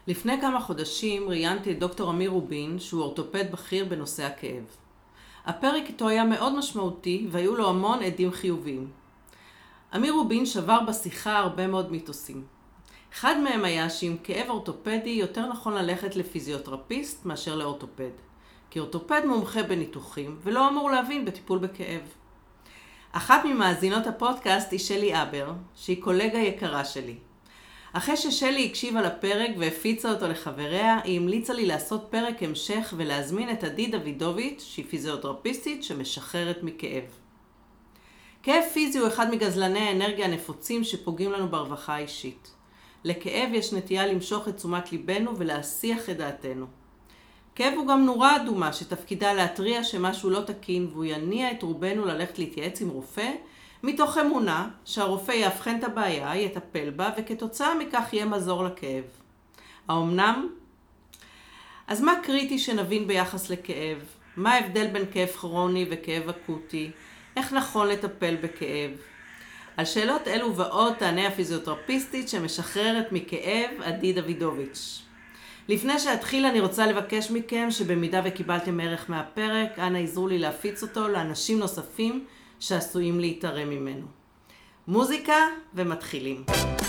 לפני כמה חודשים ראיינתי את דוקטור אמיר רובין, שהוא אורתופד בכיר בנושא הכאב. הפרק איתו היה מאוד משמעותי והיו לו המון עדים חיוביים. אמיר רובין שבר בשיחה הרבה מאוד מיתוסים. אחד מהם היה שעם כאב אורתופדי יותר נכון ללכת לפיזיותרפיסט מאשר לאורתופד. כי אורתופד מומחה בניתוחים ולא אמור להבין בטיפול בכאב. אחת ממאזינות הפודקאסט היא שלי אבר, שהיא קולגה יקרה שלי. אחרי ששלי הקשיבה לפרק והפיצה אותו לחבריה, היא המליצה לי לעשות פרק המשך ולהזמין את עדי דוידוביץ', שהיא פיזיותרפיסטית שמשחררת מכאב. כאב פיזי הוא אחד מגזלני האנרגיה הנפוצים שפוגעים לנו ברווחה האישית. לכאב יש נטייה למשוך את תשומת ליבנו ולהסיח את דעתנו. כאב הוא גם נורה אדומה שתפקידה להתריע שמשהו לא תקין והוא יניע את רובנו ללכת להתייעץ עם רופא, מתוך אמונה שהרופא יאבחן את הבעיה, יטפל בה, וכתוצאה מכך יהיה מזור לכאב. האמנם? אז מה קריטי שנבין ביחס לכאב? מה ההבדל בין כאב כרוני וכאב אקוטי? איך נכון לטפל בכאב? על שאלות אלו ועוד תענה הפיזיותרפיסטית שמשחררת מכאב, עדי דוידוביץ'. לפני שאתחיל אני רוצה לבקש מכם שבמידה וקיבלתם ערך מהפרק, אנא עזרו לי להפיץ אותו לאנשים נוספים שעשויים להתערם ממנו. מוזיקה ומתחילים.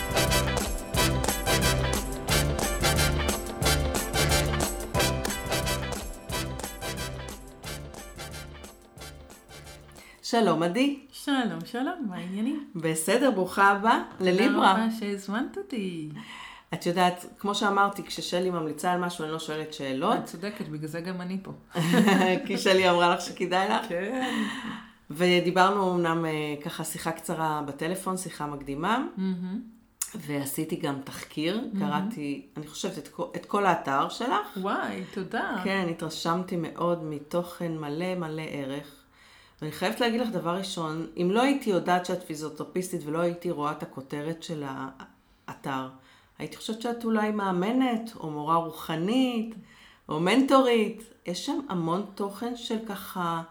שלום עדי. שלום, מה העניינים? בסדר, ברוכה הבאה לליברה. תודה רבה שהזמנת אותי. את יודעת, כמו שאמרתי, כששלי ממליצה על משהו, אני לא שואלת שאלות. את צודקת, בגלל זה גם אני פה. כי שלי אמרה לך שכדאי לך. כן. ודיברנו אמנם ככה שיחה קצרה בטלפון, שיחה מקדימה, ועשיתי גם תחקיר, קראתי, אני חושבת, את כל האתר שלך. וואי, תודה. כן, התרשמתי מאוד מתוכן מלא ערך. ואני חייבת להגיד לך דבר ראשון, אם לא הייתי יודעת שאת פיזיותרפיסטית ולא הייתי רואה את הכותרת של האתר, הייתי חושבת שאת אולי מאמנת, או מורה רוחנית, או מנטורית. יש שם המון תוכן של ככה,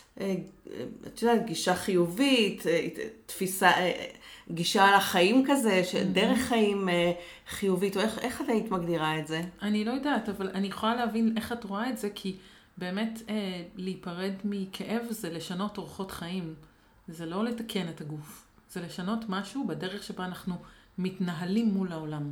את יודעת, גישה חיובית, תפיסה, גישה על החיים כזה, דרך חיים חיובית, או איך את היית מגדירה את זה? אני לא יודעת, אבל אני יכולה להבין איך את רואה את זה, כי באמת להיפרד מכאב זה לשנות אורחות חיים. זה לא לתקן את הגוף. זה לשנות משהו בדרך שבה אנחנו מתנהלים מול העולם.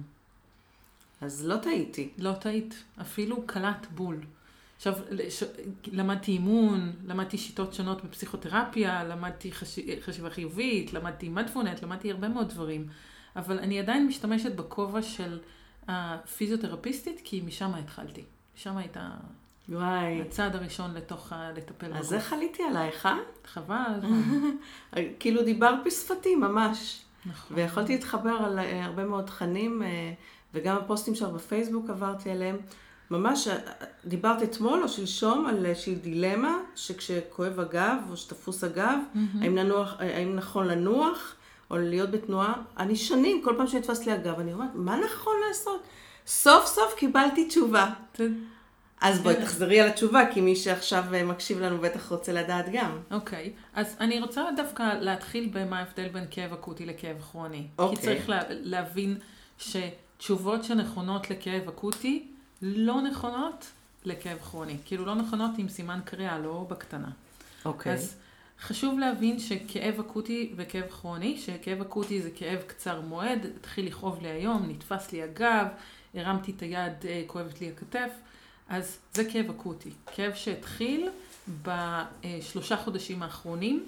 אז לא טעיתי. לא טעית, אפילו קלט בול. עכשיו, למדתי אימון, למדתי שיטות שונות בפסיכותרפיה, למדתי חשיבה חיובית, למדתי מדפונט, למדתי הרבה מאוד דברים. אבל אני עדיין משתמשת בכובע של הפיזיותרפיסטית, כי משם התחלתי. משם הייתה הצעד הראשון לתוך לטפל בגוף. אז איך עליתי עלייך? חבל. כאילו דיברת בשפתי ממש. נכון. ויכולתי להתחבר על הרבה מאוד תכנים, וגם הפוסטים שלך בפייסבוק עברתי עליהם. ממש דיברת אתמול או שלשום על איזושהי דילמה, שכשכואב הגב או שתפוס הגב, האם נכון לנוח או להיות בתנועה. אני שנים, כל פעם שנתפס לי הגב, אני אומרת, מה נכון לעשות? סוף סוף קיבלתי תשובה. אז בואי תחזרי על התשובה, כי מי שעכשיו מקשיב לנו בטח רוצה לדעת גם. אוקיי, אז אני רוצה דווקא להתחיל במה ההבדל בין כאב אקוטי לכאב כרוני. כי צריך להבין שתשובות שנכונות לכאב אקוטי, לא נכונות לכאב כרוני. כאילו לא נכונות עם סימן קריאה, לא בקטנה. אוקיי. אז חשוב להבין שכאב אקוטי וכאב כרוני, שכאב אקוטי זה כאב קצר מועד, התחיל לכאוב לי היום, נתפס לי הגב, הרמתי את היד, כואבת לי הכתף, אז זה כאב אקוטי. כאב שהתחיל בשלושה חודשים האחרונים,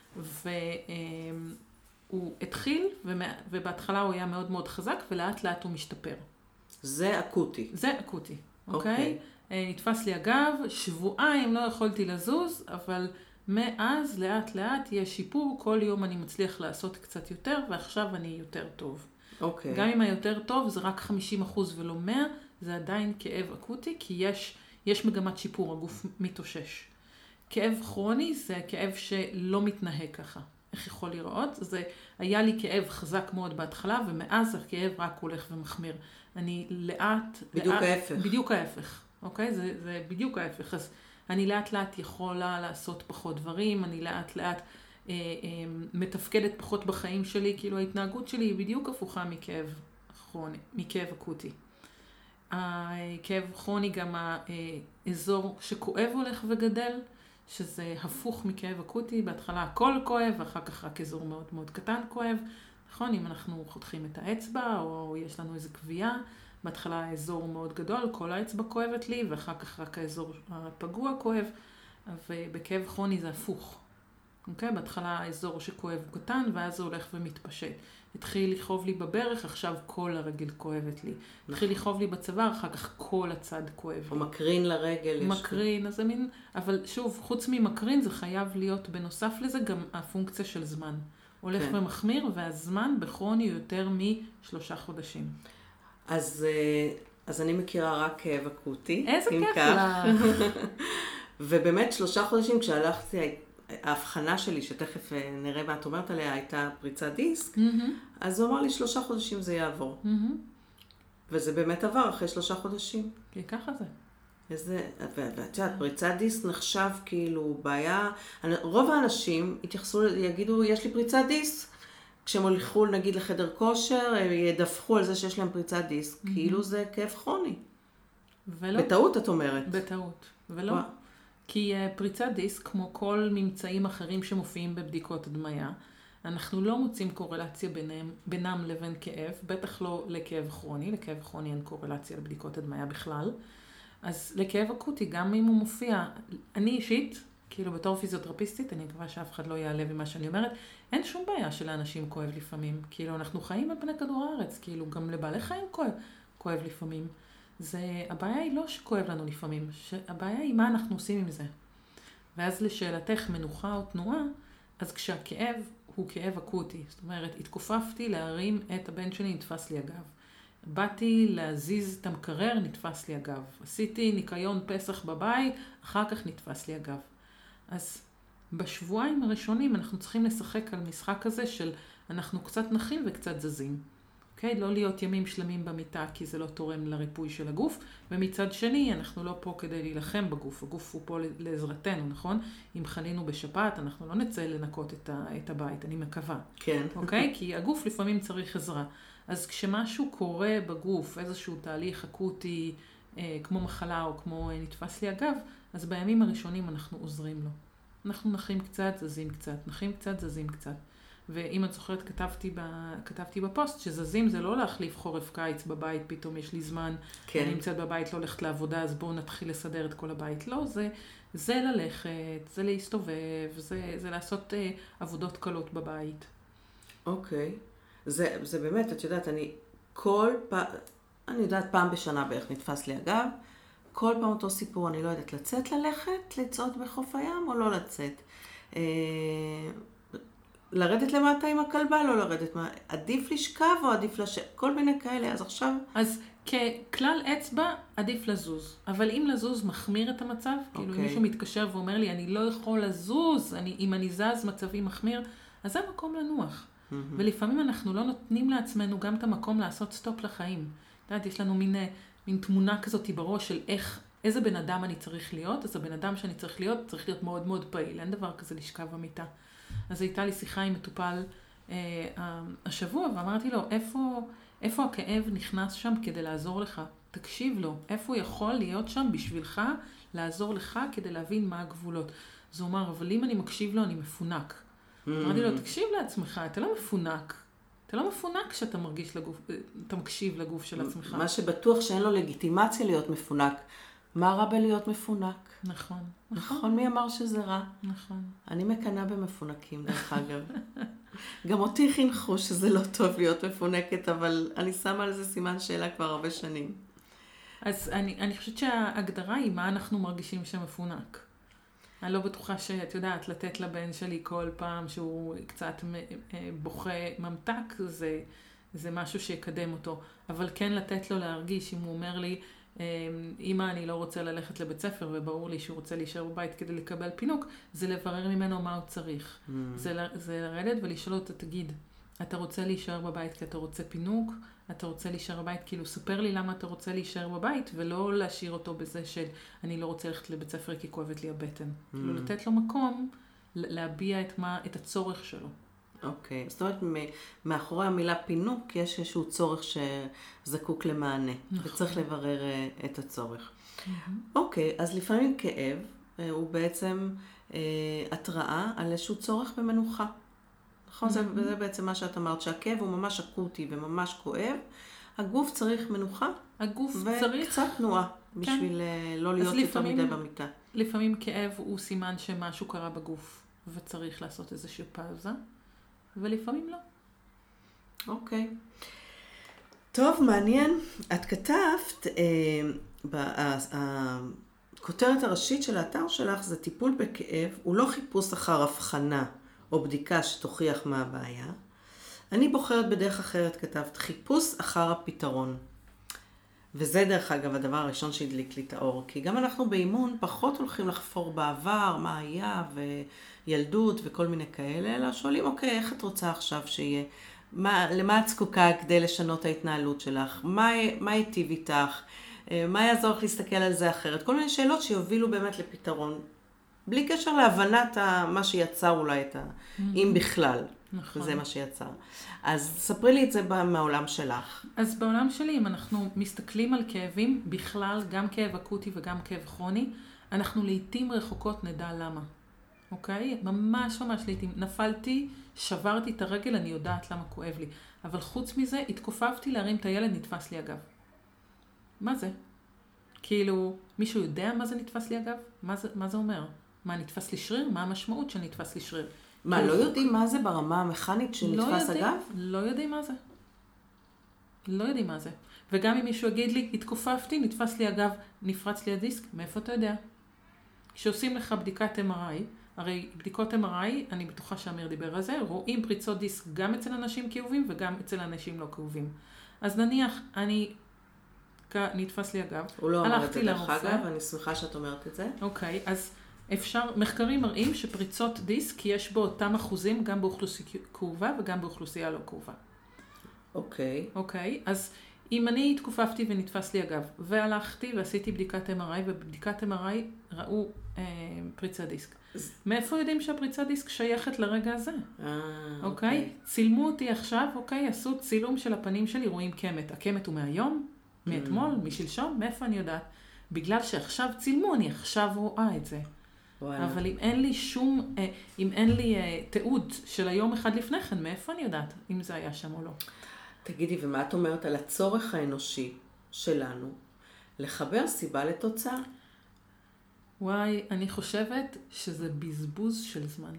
והוא התחיל, ובהתחלה הוא היה מאוד מאוד חזק, ולאט לאט הוא משתפר. זה אקוטי. זה אקוטי, אוקיי? נתפס לי הגב, שבועיים לא יכולתי לזוז, אבל מאז לאט לאט יש שיפור, כל יום אני מצליח לעשות קצת יותר, ועכשיו אני יותר טוב. אוקיי. גם אם היותר טוב זה רק 50% ולא 100%, זה עדיין כאב אקוטי, כי יש מגמת שיפור, הגוף מתאושש. כאב כרוני זה כאב שלא מתנהג ככה. איך יכול לראות? זה היה לי כאב חזק מאוד בהתחלה, ומאז הכאב רק הולך ומחמיר. אני לאט... בדיוק ההפך. אוקיי? זה בדיוק ההפך. אז אני לאט לאט יכולה לעשות פחות דברים, אני לאט לאט מתפקדת פחות בחיים שלי, כאילו ההתנהגות שלי היא בדיוק הפוכה מכאב כרוני, מכאב אקוטי. הכאב כרוני גם האזור שכואב הולך וגדל, שזה הפוך מכאב אקוטי, בהתחלה הכל כואב, ואחר כך רק אזור מאוד מאוד קטן כואב. נכון, אם אנחנו חותכים את האצבע, או יש לנו איזו קביעה, בהתחלה האזור מאוד גדול, כל האצבע כואבת לי, ואחר כך רק האזור הפגוע כואב, ובכאב כרוני זה הפוך. אוקיי? בהתחלה האזור שכואב הוא קטן, ואז זה הולך ומתפשט. התחיל לכאוב לי בברך, עכשיו כל הרגל כואבת לי. התחיל לכאוב לי בצוואר, אחר כך כל הצד כואב לי. או מקרין לרגל. מקרין, אז זה מין, אבל שוב, חוץ ממקרין, זה חייב להיות בנוסף לזה גם הפונקציה של זמן. הולך ומחמיר, והזמן בכרוני יותר מ3 חודשים. אז אני מכירה רק כאב אקוטי. איזה כיף לך. ובאמת 3 חודשים כשהלכתי, ההבחנה שלי, שתכף נראה מה את אומרת עליה, הייתה פריצת דיסק, אז הוא אמר לי 3 חודשים זה יעבור. וזה באמת עבר אחרי 3 חודשים. כי ככה זה. ואת יודעת, פריצת דיסק נחשב כאילו בעיה, רוב האנשים יגידו, יש לי פריצת דיסק, כשהם הולכו נגיד לחדר כושר, הם ידווחו על זה שיש להם פריצת דיסק, כאילו זה כאב כרוני. ולא. בטעות את אומרת. בטעות, ולא. כי פריצת דיסק, כמו כל ממצאים אחרים שמופיעים בבדיקות הדמיה, אנחנו לא מוצאים קורלציה בינם לבין כאב, בטח לא לכאב כרוני, לכאב כרוני אין קורלציה לבדיקות הדמיה בכלל. אז לכאב אקוטי, גם אם הוא מופיע, אני אישית, כאילו בתור פיזיותרפיסטית, אני מקווה שאף אחד לא יעלה במה שאני אומרת, אין שום בעיה שלאנשים כואב לפעמים. כאילו אנחנו חיים על פני כדור הארץ, כאילו גם לבעלי חיים כואב לפעמים. הבעיה היא לא שכואב לנו לפעמים, הבעיה היא מה אנחנו עושים עם זה. ואז לשאלתך מנוחה או תנועה, אז כשהכאב הוא כאב אקוטי, זאת אומרת, התכופפתי להרים את הבן שלי, נתפס לי הגב. באתי להזיז את המקרר, נתפס לי הגב. עשיתי ניקיון פסח בבית, אחר כך נתפס לי הגב. אז בשבועיים הראשונים אנחנו צריכים לשחק על משחק הזה של אנחנו קצת נחים וקצת זזים. אוקיי? לא להיות ימים שלמים במיטה כי זה לא תורם לריפוי של הגוף. ומצד שני, אנחנו לא פה כדי להילחם בגוף. הגוף הוא פה לעזרתנו, נכון? אם חלינו בשפעת, אנחנו לא נצא לנקות את הבית, אני מקווה. כן. אוקיי? כי הגוף לפעמים צריך עזרה. אז כשמשהו קורה בגוף, איזשהו תהליך אקוטי, כמו מחלה או כמו נתפס לי הגב, אז בימים הראשונים אנחנו עוזרים לו. אנחנו נחים קצת, זזים קצת, נחים קצת, זזים קצת. ואם את זוכרת, כתבתי בפוסט שזזים זה לא להחליף חורף קיץ בבית, פתאום יש לי זמן, כן. אני נמצאת בבית, לא הולכת לעבודה, אז בואו נתחיל לסדר את כל הבית. לא, זה ללכת, זה להסתובב, זה לעשות עבודות קלות בבית. אוקיי. זה באמת, את יודעת, אני יודעת פעם בשנה בערך נתפס לי הגב, כל פעם אותו סיפור, אני לא יודעת לצאת ללכת, לצעוד בחוף הים או לא לצאת. לרדת למטה עם הכלבה, לא לרדת, עדיף לשכב או עדיף כל מיני כאלה, אז עכשיו... אז ככלל אצבע, עדיף לזוז. אבל אם לזוז מחמיר את המצב, כאילו אם מישהו מתקשר ואומר לי, אני לא יכול לזוז, אם אני זז מצבי מחמיר, אז זה מקום לנוח. ולפעמים אנחנו לא נותנים לעצמנו גם את המקום לעשות סטופ לחיים. את יודעת, יש לנו מין תמונה כזאת בראש של איזה בן אדם אני צריך להיות, אז הבן אדם שאני צריך להיות מאוד מאוד פעיל. אין דבר כזה לשכב במיטה. אז הייתה לי שיחה עם מטופל השבוע, ואמרתי לו, איפה הכאב נכנס שם כדי לעזור לך? תקשיב לו, איפה הוא יכול להיות שם בשבילך, לעזור לך כדי להבין מה הגבולות. אז הוא אמר, אבל אם אני מקשיב לו, אני מפונק. אמרתי לו, תקשיב לעצמך, אתה לא מפונק. אתה לא מפונק כשאתה מרגיש לגוף, אתה מקשיב לגוף של עצמך. מה שבטוח שאין לו לגיטימציה להיות מפונק. מה רע בלהיות מפונק? נכון. נכון, מי אמר שזה רע? נכון. אני מקנה במפונקים, דרך אגב. גם אותי חינכו שזה לא טוב להיות מפונקת, אבל אני שמה על זה סימן שאלה כבר הרבה שנים. אז אני חושבת שההגדרה היא מה אנחנו מרגישים שמפונק. אני לא בטוחה שאת יודעת, לתת לבן שלי כל פעם שהוא קצת בוכה ממתק, זה משהו שיקדם אותו. אבל כן לתת לו להרגיש, אם הוא אומר לי, אמא, אני לא רוצה ללכת לבית ספר, וברור לי שהוא רוצה להישאר בבית כדי לקבל פינוק, זה לברר ממנו מה הוא צריך. זה לרדת ולשאול אותו, תגיד, אתה רוצה להישאר בבית כי אתה רוצה פינוק? אתה רוצה להישאר בבית? כאילו, ספר לי למה אתה רוצה להישאר בבית, ולא להשאיר אותו בזה של, אני לא רוצה ללכת לבית ספר כי כואבת לי הבטן. כאילו, לתת לו מקום להביע את הצורך שלו. אוקיי, זאת אומרת, מאחורי המילה פינוק יש איזשהו צורך שזקוק למענה, נכון. וצריך לברר את הצורך. אוקיי, אז לפעמים כאב הוא בעצם התראה על איזשהו צורך במנוחה. נכון? זה בעצם מה שאת אמרת, שהכאב הוא ממש אקוטי וממש כואב. הגוף צריך מנוחה. הגוף צריך... וקצת תנועה, בשביל לא להיות יותר מדי במיטה. לפעמים כאב הוא סימן שמשהו קרה בגוף, וצריך לעשות איזושהי פאוזה, ולפעמים לא. אוקיי. טוב, מעניין. את כתבת, הכותרת הראשית של האתר שלך זה טיפול בכאב, הוא לא חיפוש אחר הבחנה או בדיקה שתוכיח מה הבעיה. אני בוחרת בדרך אחרת, כתבת, חיפוש אחר הפתרון. וזה דרך אגב הדבר הראשון שהדליק לי את האור, כי גם אנחנו באימון פחות הולכים לחפור בעבר, מה היה וילדות וכל מיני כאלה, אלא שואלים, אוקיי, איך את רוצה עכשיו שיהיה? למה את זקוקה כדי לשנות ההתנהלות שלך? מה ייטיב איתך? מה יעזור לך להסתכל על זה אחרת? כל מיני שאלות שיובילו באמת לפתרון, בלי קשר להבנת מה שיצר אולי את אם בכלל. נכון. זה מה שיצר. אז ספרי לי את זה מהעולם שלך. אז בעולם שלי, אם אנחנו מסתכלים על כאבים, בכלל, גם כאב אקוטי וגם כאב כרוני, אנחנו לעתים רחוקות נדע למה. אוקיי? ממש לעתים. נפלתי, שברתי את הרגל, אני יודעת למה כואב לי. אבל חוץ מזה, התכופפתי להרים את הילד, נתפס לי אגב. מה זה? כאילו, מישהו יודע מה זה נתפס לי אגב? מה זה אומר? מה, נתפס לי שריר? מה המשמעות של נתפס לי שריר? מה, לא יודעים מה זה ברמה המכנית שנתפס אגב? לא יודעים מה זה. לא יודעים מה זה. וגם אם מישהו יגיד לי, התכופפתי, נתפס לי אגב, נפרץ לי הדיסק, מאיפה אתה יודע? כשעושים לך בדיקת MRI, הרי בדיקות MRI, אני בטוחה שאמיר דיבר על זה, רואים פריצות דיסק גם אצל אנשים כאובים וגם אצל אנשים לא כאובים. אז נניח, נתפס לי אגב, הוא לא אמר את זה דרך אגב, אני שמחה שאת אומרת את זה. אוקיי, אז מחקרים מראים שפריצות דיסק יש בו אותם אחוזים גם באוכלוסייה כאובה וגם באוכלוסייה לא כאובה. אוקיי. אוקיי, אז אם אני התכופפתי ונתפס לי אגב, והלכתי ועשיתי בדיקת MRI, ובבדיקת MRI ראו פריצת דיסק. מאיפה יודעים שהפריצת דיסק שייכת לרגע הזה? אוקיי? צילמו אותי עכשיו, אוקיי, עשו צילום של הפנים שלי, רואים קמת. הקמת הוא מהיום, מאתמול, משלשום, מאיפה אני יודעת? בגלל שעכשיו צילמו, אני עכשיו רואה את זה. אבל אם אין לי תיעוד של היום אחד לפני כן, מאיפה אני יודעת אם זה היה שם או לא? תגידי, ומה את אומרת על הצורך האנושי שלנו לחבר סיבה לתוצאה? וואי, אני חושבת שזה בזבוז של זמן.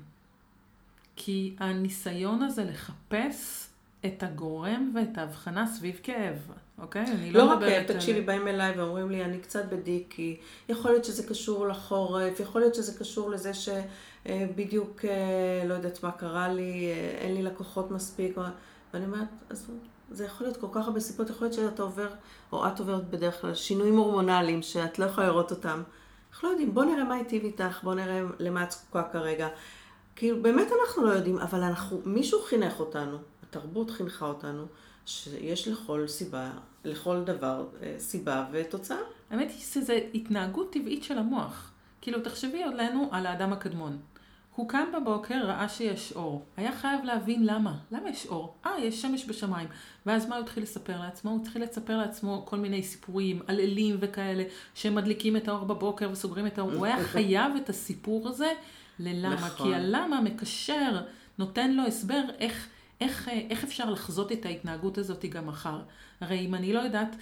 כי הניסיון הזה לחפש את הגורם ואת ההבחנה סביב כאב, אוקיי? אני לא רק כאב, תקשיבי, באים אליי ואומרים לי, אני קצת בדיקי, יכול להיות שזה קשור לחורף, יכול להיות שזה קשור לזה שבדיוק לא יודעת מה קרה לי, אין לי לקוחות מספיק, ואני אומרת, אז זה יכול להיות כל כך הרבה סיבות, יכול להיות שאתה עובר, או את עוברת בדרך כלל, שינויים הורמונליים שאת לא יכולה לראות אותם. אנחנו לא יודעים, בוא נראה מה איתי איתך, בוא נראה למה את זקוקה כרגע. כאילו, באמת אנחנו לא יודעים, אבל מישהו חינך אותנו, התרבות חינכה אותנו, שיש לכל דבר סיבה ותוצאה. האמת היא שזו התנהגות טבעית של המוח. כאילו, תחשבי עלינו על האדם הקדמון. הוא קם בבוקר, ראה שיש אור. היה חייב להבין למה. למה יש אור? יש שמש בשמיים. ואז מה הוא התחיל לספר לעצמו? הוא התחיל לספר לעצמו כל מיני סיפורים, עללים וכאלה, שהם מדליקים את האור בבוקר וסוגרים את האור. הוא היה חייב את הסיפור הזה ללמה. נכון. כי הלמה מקשר, נותן לו הסבר איך אפשר לחזות את ההתנהגות הזאת גם מחר. הרי אם אני לא יודעת,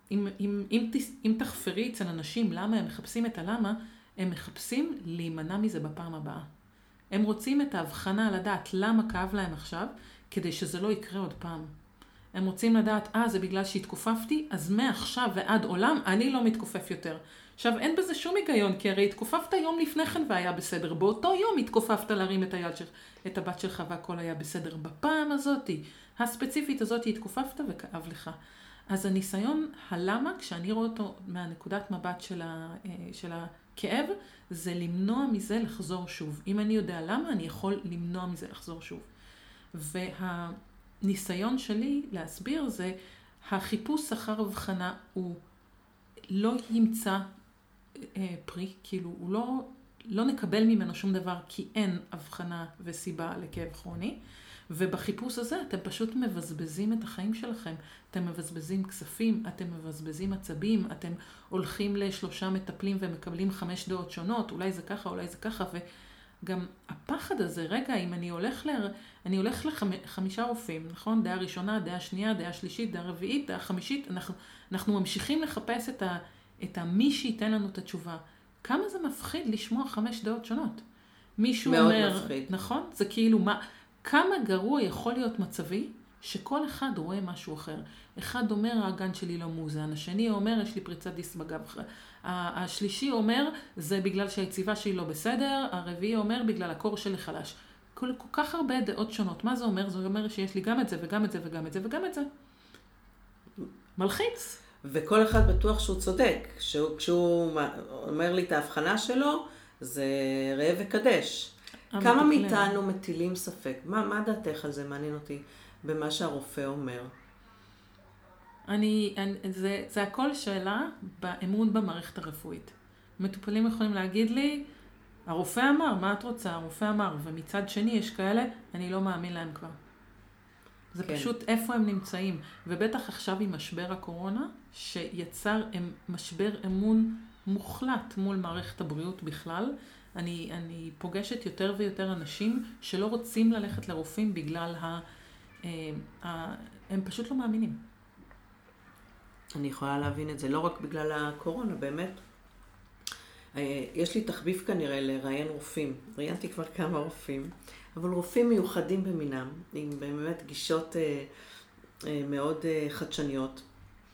אם תחפרי אצל אנשים למה הם מחפשים את הלמה, הם מחפשים להימנע מזה בפעם הבאה. הם רוצים את ההבחנה לדעת למה כאב להם עכשיו, כדי שזה לא יקרה עוד פעם. הם רוצים לדעת, זה בגלל שהתכופפתי, אז מעכשיו ועד עולם אני לא מתכופף יותר. עכשיו, אין בזה שום היגיון, כי הרי התכופפת יום לפני כן והיה בסדר. באותו יום התכופפת להרים את הבת שלך והכל היה בסדר. בפעם הזאת, הספציפית הזאת, התכופפת וכאב לך. אז הניסיון הלמה, כשאני רואה אותו מהנקודת מבט של הכאב, זה למנוע מזה לחזור שוב. אם אני יודע למה, אני יכול למנוע מזה לחזור שוב. והניסיון שלי להסביר זה, החיפוש אחר הבחנה הוא לא ימצא פרי, כאילו הוא לא נקבל ממנו שום דבר, כי אין הבחנה וסיבה לכאב כרוני. ובחיפוש הזה אתם פשוט מבזבזים את החיים שלכם. אתם מבזבזים כספים, אתם מבזבזים עצבים, אתם הולכים ל3 מטפלים ומקבלים 5 דעות שונות, אולי זה ככה, אולי זה ככה, וגם הפחד הזה, רגע, אם אני הולך ל5 רופאים, נכון? דעה ראשונה, דעה שנייה, דעה שלישית, דעה רביעית, דעה חמישית, אנחנו ממשיכים לחפש את מי שייתן לנו את התשובה. כמה זה מפחיד לשמוע 5 דעות שונות? מישהו מאוד אומר, מפחיד. נכון? זה כאילו, כמה גרוע יכול להיות מצבי שכל אחד רואה משהו אחר. אחד אומר, האגן שלי לא מאוזן, השני אומר, יש לי פריצת דיסק בגב. השלישי אומר, זה בגלל שהיציבה שלי לא בסדר, הרביעי אומר, בגלל הקור שלי חלש. כל כך הרבה דעות שונות. מה זה אומר? זה אומר שיש לי גם את זה וגם את זה וגם את זה וגם את זה. מלחיץ. וכל אחד בטוח שהוא צודק. כשהוא אומר לי את ההבחנה שלו, זה ראה וקדש. כמה מאיתנו מטילים ספק? מה דעתך על זה? מעניין אותי במה שהרופא אומר. זה הכל שאלה באמון במערכת הרפואית. מטופלים יכולים להגיד לי, הרופא אמר, מה את רוצה? הרופא אמר, ומצד שני יש כאלה, אני לא מאמין להם כבר. זה כן. פשוט איפה הם נמצאים. ובטח עכשיו עם משבר הקורונה, שיצר משבר אמון מוחלט מול מערכת הבריאות בכלל. אני פוגשת יותר ויותר אנשים שלא רוצים ללכת לרופאים בגלל הם פשוט לא מאמינים. אני יכולה להבין את זה, לא רק בגלל הקורונה, באמת. יש לי תחביב כנראה לראיין רופאים. ראיינתי כבר כמה רופאים, אבל רופאים מיוחדים במינם, עם באמת גישות מאוד חדשניות.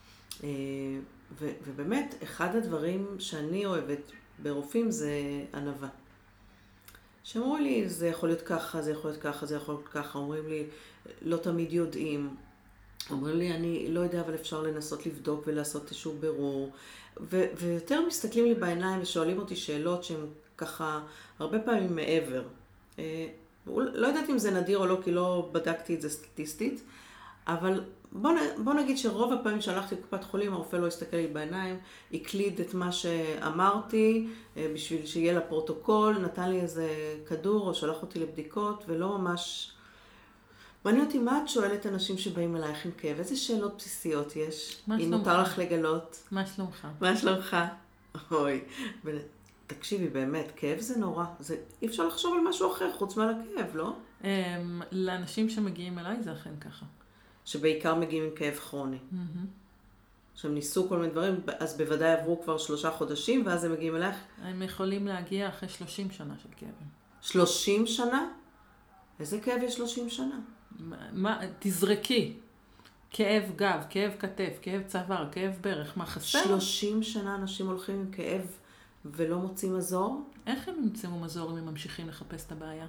ובאמת, אחד הדברים שאני אוהבת ברופאים זה ענווה. שאמרו לי, זה יכול להיות ככה, זה יכול להיות ככה, זה יכול להיות ככה. אומרים לי, לא תמיד יודעים. אומרים לי, אני לא יודע, אבל אפשר לנסות לבדוק ולעשות איזשהו בירור. ויותר מסתכלים לי בעיניים ושואלים אותי שאלות שהן ככה הרבה פעמים מעבר. לא יודעת אם זה נדיר או לא, כי לא בדקתי את זה סטטיסטית, אבל בוא נגיד שרוב הפעמים שהלכתי לקופת חולים, הרופא לא הסתכל לי בעיניים, הקליד את מה שאמרתי, בשביל שיהיה לפרוטוקול, נתן לי איזה כדור או שלח אותי לבדיקות, ולא ממש... מעניין אותי, מה את שואלת אנשים שבאים אלייך עם כאב? איזה שאלות בסיסיות יש? אם מותר לך לגלות? מה שלומך? מה שלומך? אוי. תקשיבי, באמת, כאב זה נורא. אי אפשר לחשוב על משהו אחר חוץ מעל הכאב, לא? לאנשים שמגיעים אליי זה אכן ככה. שבעיקר מגיעים עם כאב כרוני. שהם ניסו כל מיני דברים, אז בוודאי עברו כבר 3 חודשים, ואז הם מגיעים אלייך. הם יכולים להגיע אחרי 30 שנה של כאבים. 30 שנה? איזה כאב יש 30 שנה? תזרקי. כאב גב, כאב כתף, כאב צוואר, כאב ברך, מה חסר? 30 שנה אנשים הולכים עם כאב ולא מוצאים מזור? איך הם ימצאו מזור אם הם ממשיכים לחפש את הבעיה?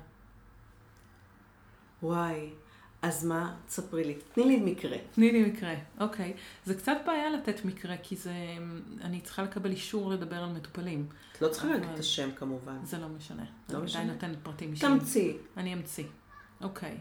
וואי, אז מה? תספרי לי. תני לי מקרה. תני לי מקרה, אוקיי. זה קצת בעיה לתת מקרה, כי אני צריכה לקבל אישור לדבר על מטופלים. את לא צריכה להגיד את השם כמובן. זה לא משנה. לא משנה. אני נותנת פרטים אישיים. תמציא. אני אמציא. אוקיי.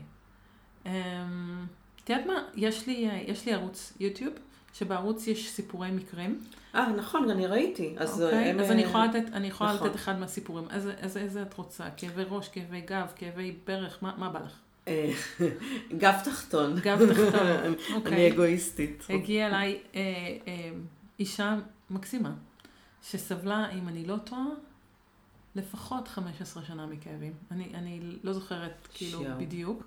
תיאת מה? יש לי ערוץ יוטיוב, שבערוץ יש סיפורי מקרים. נכון, אני ראיתי. אז אני יכולה לתת אחד מהסיפורים. אז איזה את רוצה? כאבי ראש, כאבי גב, כאבי ברך, מה בא לך? גב תחתון. גב תחתון, אוקיי. אני אגואיסטית. הגיעה אליי אישה מקסימה, שסבלה, אם אני לא טועה, לפחות 15 שנה מכאבים. אני לא זוכרת כאילו בדיוק.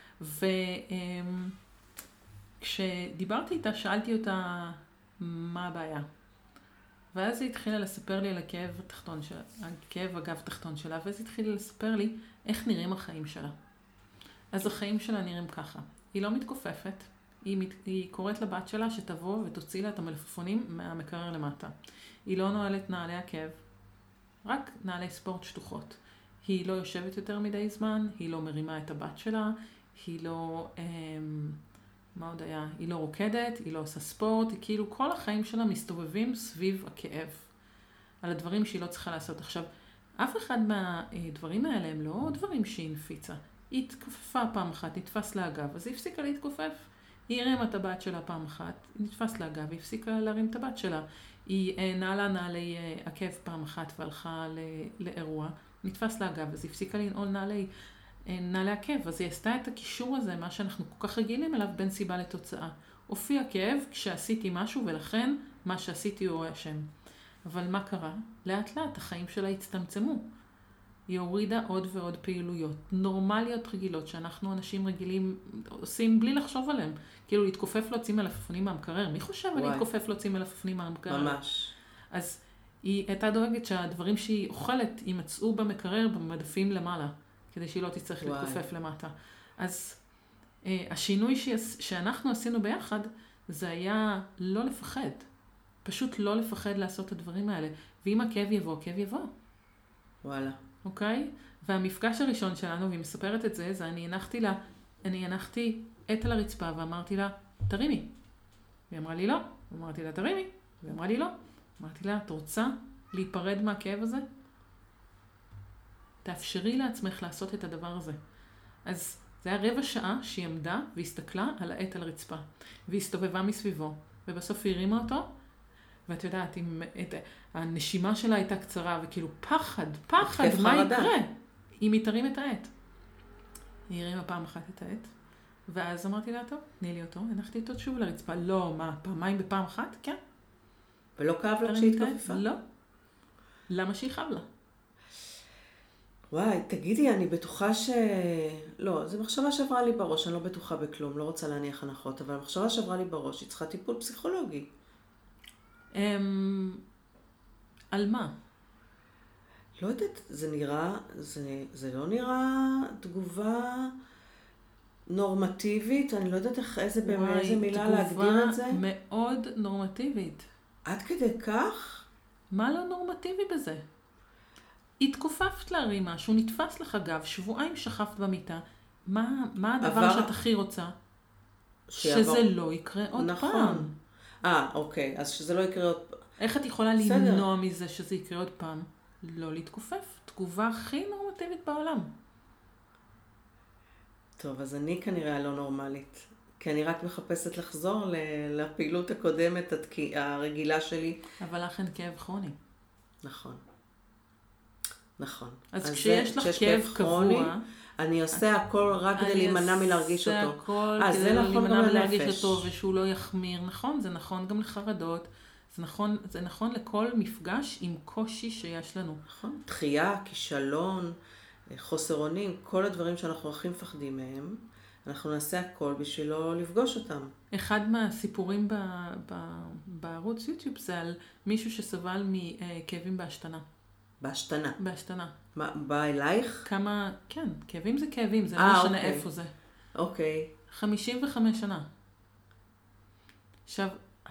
וכשדיברתי איתה, שאלתי אותה מה הבעיה. ואז היא התחילה לספר לי על הכאב התחתון שלה, הכאב הגב תחתון שלה, ואז היא התחילה לספר לי איך נראים החיים שלה. אז החיים שלה נראים ככה. היא לא מתכופפת, היא קוראת לבת שלה שתבוא ותוציא לה את המלפפונים מהמקרר למטה. היא לא נועלת נעלי הכאב, רק נעלי ספורט שטוחות. היא לא יושבת יותר מדי זמן, היא לא מרימה את הבת שלה, היא לא, מה עוד היה? היא לא רוקדת, היא לא עושה ספורט, היא כאילו כל החיים שלה מסתובבים סביב הכאב, על הדברים שהיא לא צריכה לעשות. עכשיו, אף אחד מהדברים האלה הם לא דברים שהיא נפיצה. היא התכופפה פעם אחת, נתפס לה הגב, אז היא הפסיקה להתכופף. היא הרימה את הבת שלה פעם אחת, נתפס לה הגב, היא הפסיקה להרים את הבת שלה. היא נעלה נעלי עקב פעם אחת והלכה לאירוע, נתפס לה הגב, אז היא הפסיקה לנעול נעלי. נא לעכב. אז היא עשתה את הקישור הזה, מה שאנחנו כל כך רגילים אליו, בין סיבה לתוצאה. הופיע כאב כשעשיתי משהו, ולכן מה שעשיתי הוא אשם. אבל מה קרה? לאט לאט החיים שלה הצטמצמו. היא הורידה עוד ועוד פעילויות, נורמליות רגילות, שאנחנו אנשים רגילים עושים בלי לחשוב עליהם. כאילו להתכופף להוציא מלפפונים מהמקרר. מי חושב על להתכופף להוציא מלפפונים מהמקרר? ממש. אז היא הייתה דואגת שהדברים שהיא אוכלת יימצאו במקרר במדפים למעלה, כדי שהיא לא תצטרך להתכופף למטה. אז השינוי שאנחנו עשינו ביחד, זה היה לא לפחד. פשוט לא לפחד לעשות את הדברים האלה. ואם הכאב יבוא, הכאב יבוא. וואלה. אוקיי? והמפגש הראשון שלנו, והיא מספרת את זה, זה אני הנחתי את על הרצפה ואמרתי לה, תרימי. והיא אמרה לי לא. אמרתי לה, תרימי. והיא אמרה לי לא. אמרתי לה, את רוצה להיפרד מהכאב הזה? תאפשרי לעצמך לעשות את הדבר הזה. אז זה היה רבע שעה שהיא עמדה והסתכלה על העט על הרצפה. והיא הסתובבה מסביבו. ובסוף היא הרימה אותו. ואת יודעת, הנשימה שלה הייתה קצרה, וכאילו פחד, מה יקרה? אם היא תרים את העט. היא הרימה פעם אחת את העט. ואז אמרתי לה, טוב, תני לי אותו. הנחתי אותו שוב לרצפה. לא, מה, פעמיים בפעם אחת? כן. ולא כאב לך שהיא התכופפה? לא. למה שהיא חב לה? וואי, תגידי, אני בטוחה לא, זו מחשבה שעברה לי בראש, אני לא בטוחה בכלום, לא רוצה להניח הנחות, אבל המחשבה שעברה לי בראש, היא צריכה טיפול פסיכולוגי. על מה? לא יודעת, זה לא נראה תגובה נורמטיבית, אני לא יודעת איזה מילה להגדיר את זה. תגובה מאוד נורמטיבית. עד כדי כך? מה לא נורמטיבי בזה? התכופפת להרים משהו, נתפס לך גב, שבועיים שכבת במיטה, מה הדבר שאת הכי רוצה? שזה לא יקרה עוד פעם. אוקיי, אז שזה לא יקרה עוד פעם. איך את יכולה למנוע מזה שזה יקרה עוד פעם? לא להתכופף. תגובה הכי נורמטיבית בעולם. טוב, אז אני כנראה לא נורמלית. כי אני רק מחפשת לחזור לפעילות הקודמת, הרגילה שלי. אבל לך אין כאב כרוני. נכון. אז כשיש לך כאב קבוע, אני עושה הכל רק כדי להימנע מלהרגיש אותו. אני אעשה הכל כדי להימנע מלהרגיש אותו ושהוא לא יחמיר. נכון, זה נכון גם לחרדות. זה נכון לכל מפגש עם קושי שיש לנו. נכון. דחייה, כישלון, חוסר אונים, כל הדברים שאנחנו הכי מפחדים מהם, אנחנו נעשה הכל בשביל לא לפגוש אותם. אחד מהסיפורים בערוץ יוטיוב זה על מישהו שסבל מכאבים בהשתנה. בהשתנה? בהשתנה. מה, בא אלייך? כן, כאבים זה כאבים, זה לא משנה איפה זה. אוקיי. 55 שנה. עכשיו,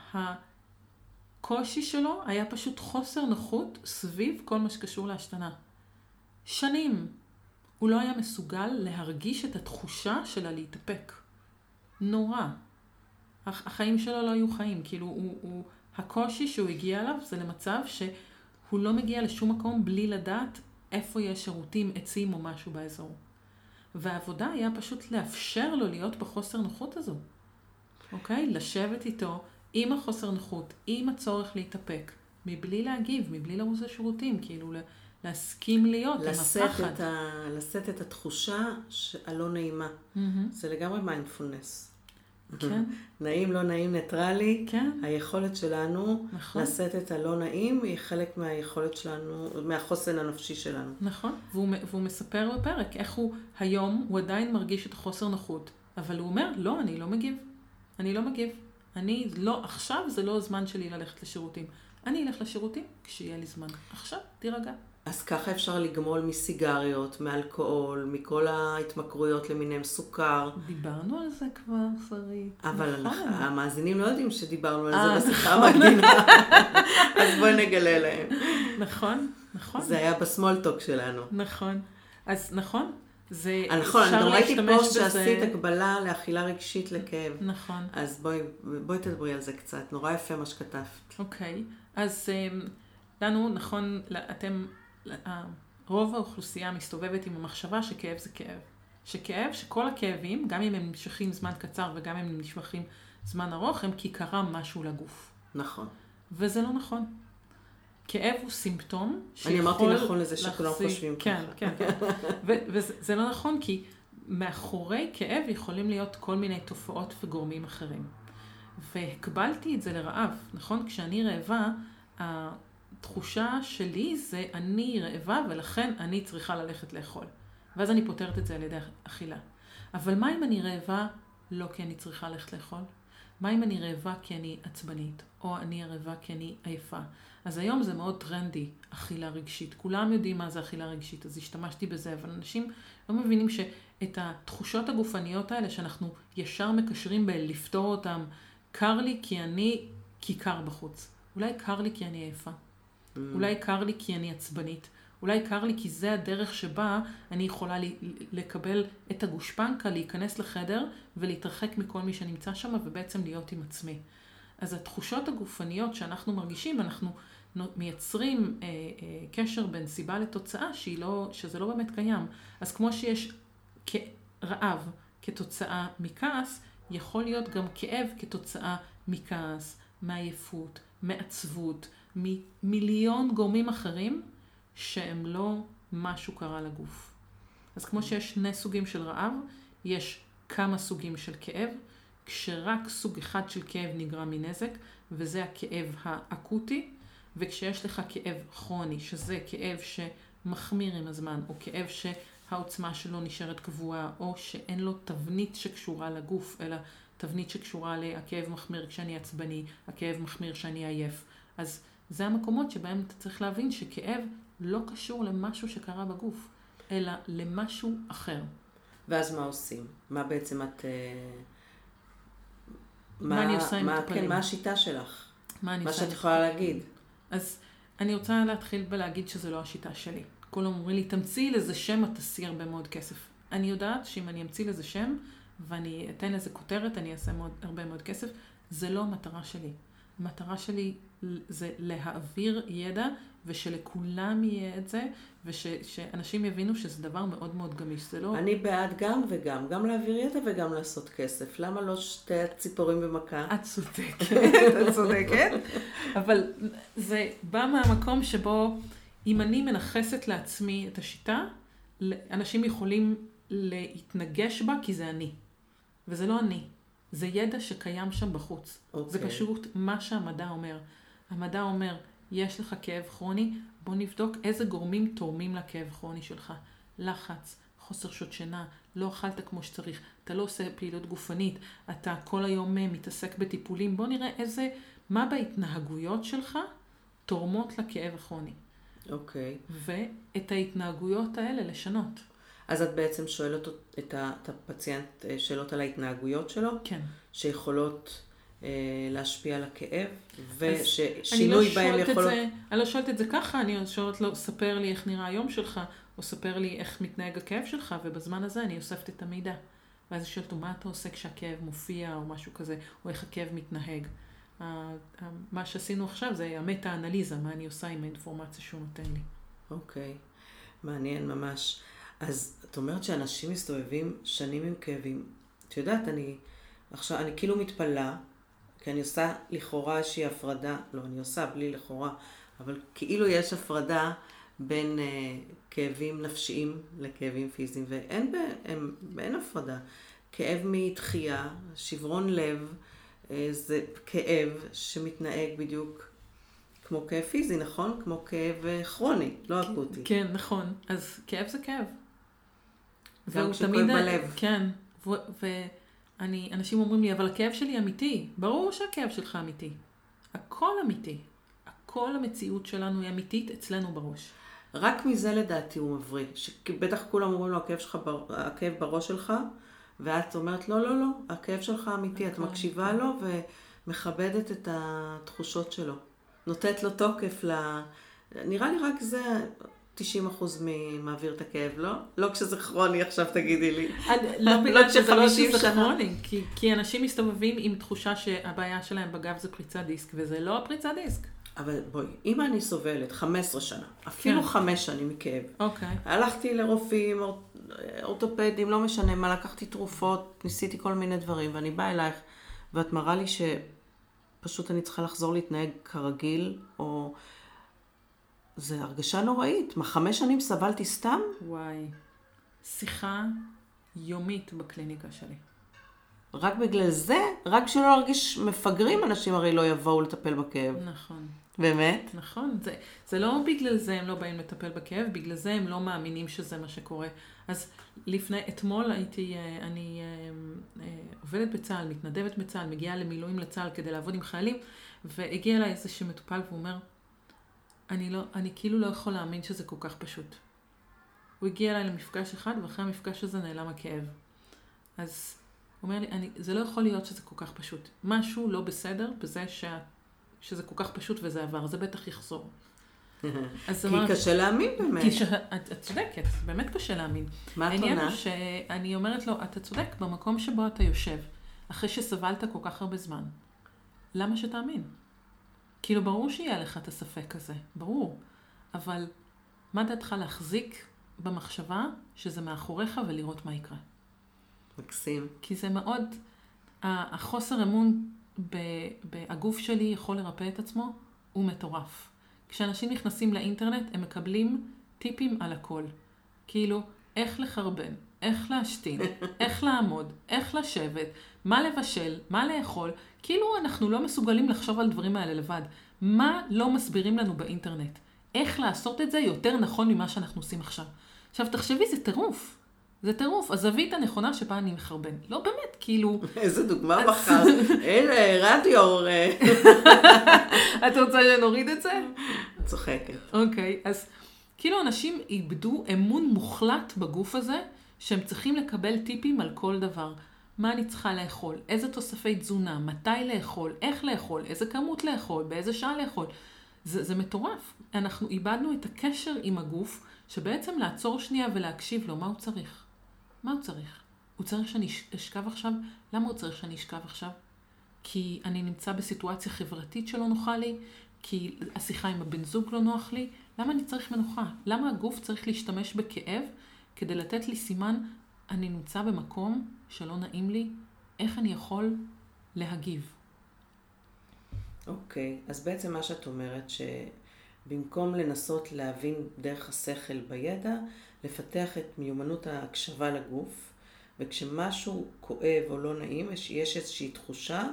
הקושי שלו היה פשוט חוסר נוחות סביב כל מה שקשור להשתנה. שנים. הוא לא היה מסוגל להרגיש את התחושה שלה להתאפק. נורא. החיים שלו לא היו חיים. כאילו, הקושי שהוא הגיע אליו זה למצב שהוא לא מגיע לשום מקום בלי לדעת איפה יש שירותים, עצים או משהו באזור. והעבודה היה פשוט לאפשר לו להיות בחוסר נוחות הזו. אוקיי? לשבת איתו עם החוסר נוחות, עם הצורך להתאפק, מבלי להגיב, מבלי לרוץ לשירותים, כאילו להסכים להיות עם הפחד. לשאת את התחושה הלא נעימה. זה לגמרי מיינדפולנס. כן. נעים, לא נעים, ניטרלי. כן. היכולת שלנו נכון. לשאת את הלא נעים היא חלק מהיכולת שלנו, מהחוסן הנפשי שלנו. נכון. והוא מספר בפרק איך היום הוא עדיין מרגיש את החוסר נוחות. אבל הוא אומר, לא, אני לא מגיב. אני לא מגיב. עכשיו זה לא הזמן שלי ללכת לשירותים. אני אלך לשירותים כשיהיה לי זמן. עכשיו, תירגע. אז ככה אפשר לגמול מסיגריות, מאלכוהול, מכל ההתמכרויות למיניהם, סוכר. דיברנו על זה כבר, שרית. אבל המאזינים לא יודעים שדיברנו על זה בשיחה המקדימה. אז בואי נגלה להם. נכון. זה היה בסמולטוק שלנו. נכון. אז נכון. נכון, אני גם ראיתי פוסט שעשית הקבלה לאכילה רגשית לכאב. נכון. אז בואי תדברי על זה קצת. נורא יפה מה שכתבת. אוקיי. אז לנו, נכון, רוב האוכלוסייה מסתובבת עם המחשבה שכאב זה כאב. שכל הכאבים, גם אם הם נמשכים זמן קצר וגם אם הם נמשכים זמן ארוך, הם כי קרה משהו לגוף. נכון. וזה לא נכון. כאב הוא סימפטום אני אמרתי נכון לזה שכולם חושבים ככה. כן, כן, כן. וזה לא נכון, כי מאחורי כאב יכולים להיות כל מיני תופעות וגורמים אחרים. והקבלתי את זה לרעב, נכון? כשאני רעבה, התחושה שלי זה אני רעבה ולכן אני צריכה ללכת לאכול. ואז אני פותרת את זה על ידי אכילה. אבל מה אם אני רעבה לא כי אני צריכה ללכת לאכול? מה אם אני רעבה כי אני עצבנית? או אני רעבה כי אני עייפה? אז היום זה מאוד טרנדי, אכילה רגשית. כולם יודעים מה זה אכילה רגשית, אז השתמשתי בזה, אבל אנשים לא מבינים שאת התחושות הגופניות האלה שאנחנו ישר מקשרים בלפתור אותם, קר לי כי קר בחוץ. אולי קר לי כי אני עייפה. אולי קר לי כי אני עצבנית. אולי קר לי כי זה הדרך שבה אני יכולה לקבל את הגושפנקה, להיכנס לחדר ולהתרחק מכל מי שנמצא שם ובעצם להיות עם עצמי. אז התחושות הגופניות שאנחנו מרגישים, אנחנו מייצרים קשר בין סיבה לתוצאה שזה לא באמת קיים. אז כמו שיש רעב כתוצאה מכעס, יכול להיות גם כאב כתוצאה מכעס, מעייפות, מעצבות, ממיליון גורמים אחרים שהם לא משהו קרה לגוף. אז כמו שיש שני סוגים של רעב, יש כמה סוגים של כאב, כשרק סוג אחד של כאב נגרם מנזק, וזה הכאב האקוטי, וכשיש לך כאב כרוני, שזה כאב שמחמיר עם הזמן, או כאב שהעוצמה שלו נשארת קבועה, או שאין לו תבנית שקשורה לגוף, אלא תבנית שקשורה לכאב מחמיר כשאני עצבני, הכאב מחמיר כשאני עייף. אז זה המקומות שבהם אתה צריך להבין שכאב לא קשור למשהו שקרה בגוף, אלא למשהו אחר. ואז מה עושים? מה בעצם את... מה אני עושה עם מטופלים? כן, מה השיטה שלך? מה שאת יכולה להגיד? אז אני רוצה להתחיל בלהגיד שזה לא השיטה שלי. כולם אומרים לי, תמציא לזה שם, את תעשי הרבה מאוד כסף. אני יודעת שאם אני אמציא לזה שם, ואני אתן לזה כותרת, אני אעשה הרבה מאוד כסף. זה לא המטרה שלי. המטרה שלי זה להעביר ידע, ושלכולם יהיה את זה, ושאנשים יבינו שזה דבר מאוד מאוד גמיש. זה לא... אני בעד גם וגם, גם להעביר ידע וגם לעשות כסף. למה לא שתי ציפורים במכה? את צודקת, אבל זה בא מהמקום שבו אם אני מנחסת לעצמי את השיטה, אנשים יכולים להתנגש בה כי זה אני. וזה לא אני. זה ידע שקיים שם בחוץ. זה פשוט מה שהמדע אומר. המדע אומר, יש לך כאב כרוני, בוא נבדוק איזה גורמים תורמים לכאב כרוני שלך. לחץ, חוסר שעות שינה, לא אכלת כמו שצריך, אתה לא עושה פעילות גופנית, אתה כל היום מתעסק בטיפולים, בוא נראה מה בהתנהגויות שלך תורמות לכאב הכרוני. אוקיי. ואת ההתנהגויות האלה לשנות. אז את בעצם שואלת את הפציינט שאלות על ההתנהגויות שלו? כן. שיכולות להשפיע על הכאב, וששינוי בהם יכולות... אני לא שואלת את זה ככה, אני שואלת לו, ספר לי איך נראה היום שלך, או ספר לי איך מתנהג הכאב שלך, ובזמן הזה אני אוספת את המידע. ואז אני שואלת לו, מה אתה עושה כשהכאב מופיע, או משהו כזה, או איך הכאב מתנהג. מה שעשינו עכשיו זה המטה-אנליזה, מה אני עושה עם האינפורמציה שהוא נותן לי. אוקיי, מעניין ממש. אז את אומרת שאנשים מסתובבים שנים עם כאבים. את יודעת, אני כאילו מתפלאה, כי אני עושה לכאורה איזושהי הפרדה, לא, אני עושה בלי לכאורה, אבל כאילו יש הפרדה בין כאבים נפשיים לכאבים פיזיים, ואין הפרדה. כאב מתחייה, שברון לב, זה כאב שמתנהג בדיוק כמו כאב פיזי, נכון? כמו כאב כרוני, לא אקוטי. כן, נכון. אז כאב זה כאב. גם כשכואב בלב. כן, אנשים אומרים לי, אבל הכאב שלי אמיתי. ברור שהכאב שלך אמיתי. הכל אמיתי. הכל המציאות שלנו היא אמיתית אצלנו בראש. רק מזה לדעתי הוא מבריא. בטח כולם אומרים לו, הכאב בראש שלך, ואת אומרת, לא, לא, לא, הכאב שלך אמיתי. את מקשיבה לו ומכבדת את התחושות שלו. נותנת לו תוקף נראה לי רק זה 90% מעביר את הכאב, לא? לא כשזה כרוני, עכשיו תגידי לי. לא בגלל שזה לא שזה כרוני, כי אנשים מסתובבים עם תחושה שהבעיה שלהם בגב זה פריצת דיסק, וזה לא הפריצת דיסק. אבל בואי, אם אני סובלת 15 שנה, אפילו 5 שנים מכאב, הלכתי לרופאים, אורתופדים, לא משנה מה, לקחתי תרופות, ניסיתי כל מיני דברים, ואני באה אלייך, ואת מראה לי שפשוט אני צריכה לחזור להתנהג כרגיל, או זה הרגשה נוראית. 5 שנים סבלתי סתם? וואי. שיחה יומית בקליניקה שלי. רק בגלל זה, רק בשביל לא להרגיש מפגרים, אנשים הרי לא יבואו לטפל בכאב. נכון. באמת? נכון. זה לא בגלל זה הם לא באים לטפל בכאב, בגלל זה הם לא מאמינים שזה מה שקורה. אז אתמול אני עובדת בצה"ל, מתנדבת בצה"ל, מגיעה למילואים לצה"ל כדי לעבוד עם חיילים, והגיע אליי איזשהו מטופל והוא אומר, אני כאילו לא יכול להאמין שזה כל כך פשוט. הוא הגיע אליי למפגש אחד, ואחרי המפגש הזה נעלם הכאב. אז הוא אומר לי, זה לא יכול להיות שזה כל כך פשוט. משהו לא בסדר בזה שזה כל כך פשוט וזה עבר, זה בטח יחזור. כי קשה להאמין באמת. את צודקת, באמת קשה להאמין. מה את העניין עונה? הוא שאני אומרת לו, אתה צודק במקום שבו אתה יושב, אחרי שסבלת כל כך הרבה זמן. למה שתאמין? כאילו ברור שיהיה לך את הספק הזה, ברור. אבל מה דעתך להחזיק במחשבה שזה מאחוריך ולראות מה יקרה? מקסים. כי זה מאוד, החוסר אמון בגוף שלי יכול לרפא את עצמו, הוא מטורף. כשאנשים נכנסים לאינטרנט, הם מקבלים טיפים על הכל. כאילו, איך לחרבן, איך להשתין, איך לעמוד, איך לשבת, מה לבשל, מה לאכול. כאילו אנחנו לא מסוגלים לחשוב על דברים האלה לבד. מה לא מסבירים לנו באינטרנט? איך לעשות את זה יותר נכון ממה שאנחנו עושים עכשיו. עכשיו, תחשבי, זה טירוף. זה טירוף. הזווית הנכונה שבה אני מחרבן. לא באמת, כאילו... איזה דוגמה בחר. אין רדיו. את רוצה שנוריד את זה? צוחקת. אוקיי, אז כאילו אנשים איבדו אמון מוחלט בגוף הזה, שהם צריכים לקבל טיפים על כל דבר. מה אני צריכה לאכול? איזה תוספי תזונה? מתי לאכול? איך לאכול? איזה כמות לאכול? באיזה שעה לאכול? זה מטורף. אנחנו איבדנו את הקשר עם הגוף, שבעצם לעצור שנייה ולהקשיב לו מה הוא צריך. מה הוא צריך? הוא צריך שאני אשכב עכשיו? למה הוא צריך שאני אשכב עכשיו? כי אני נמצא בסיטואציה חברתית שלא נוחה לי, כי השיחה עם הבן זוג לא נוח לי. למה אני צריך מנוחה? למה הגוף צריך להשתמש בכאב כדי לתת לי סימן, אני נמצא במקום שלא נעים לי, איך אני יכול להגיב? אוקיי, אז בעצם מה שאת אומרת, שבמקום לנסות להבין דרך השכל בידע, לפתח את מיומנות ההקשבה לגוף, וכשמשהו כואב או לא נעים, יש איזושהי תחושה,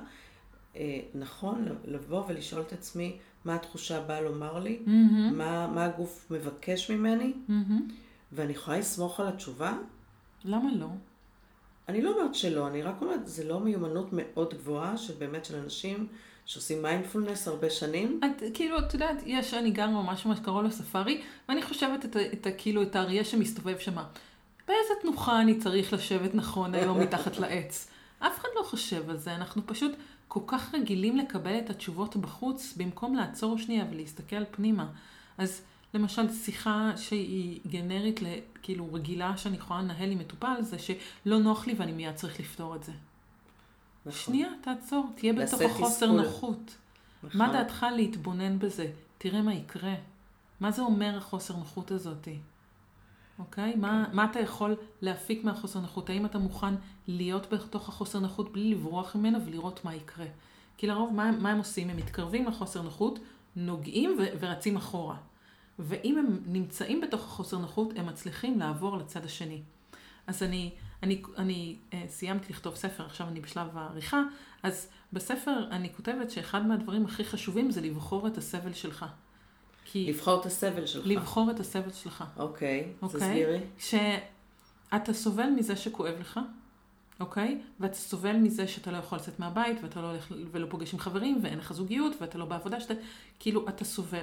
נכון, לבוא ולשאול את עצמי מה התחושה באה לומר לי, מה הגוף מבקש ממני, ואני יכולה לסמוך על התשובה? למה לא? אני לא אומרת שלא, אני רק אומרת, זה לא מיומנות מאוד גבוהה, שבאמת של אנשים שעושים מיינדפולנס הרבה שנים. כאילו, את יודעת, אני גר ממש קרוב לספארי, ואני חושבת כאילו, את האריה שמסתובב שמה. באיזה תנוחה אני צריך לשבת נכון היום מתחת לעץ? אף אחד לא חושב על זה, אנחנו פשוט כל כך רגילים לקבל את התשובות בחוץ, במקום לעצור שנייה ולהסתכל פנימה. אז למשל, שיחה שהיא גנרית, כאילו רגילה שאני יכולה לנהל עם מטופל, זה שלא נוח לי ואני מיד צריך לפתור את זה. נכון. שנייה, תעצור, תהיה בתוך החוסר נוחות. נכון. מה דעתך להתבונן בזה? תראה מה יקרה. מה זה אומר החוסר נוחות הזאת? אוקיי? מה אתה יכול להפיק מהחוסר נוחות? האם אתה מוכן להיות בתוך החוסר נוחות בלי לברוח ממנה ולראות מה יקרה? כי לרוב, מה הם עושים? הם מתקרבים לחוסר נוחות, נוגעים ורצים אחורה. ואם הם נמצאים בתוך החוסר נוחות, הם מצליחים לעבור לצד השני. אז אני סיימתי לכתוב ספר, עכשיו אני בשלב העריכה, אז בספר אני כותבת שאחד מהדברים הכי חשובים זה לבחור את הסבל שלך. לבחור את הסבל שלך. לבחור את הסבל שלך. אוקיי, תסבירי. שאתה סובל מזה שכואב לך, אוקיי? ואתה סובל מזה שאתה לא יכול לצאת מהבית, ואתה לא הולך ולא פוגש עם חברים, ואין לך זוגיות, ואתה לא בעבודה, כאילו אתה סובל.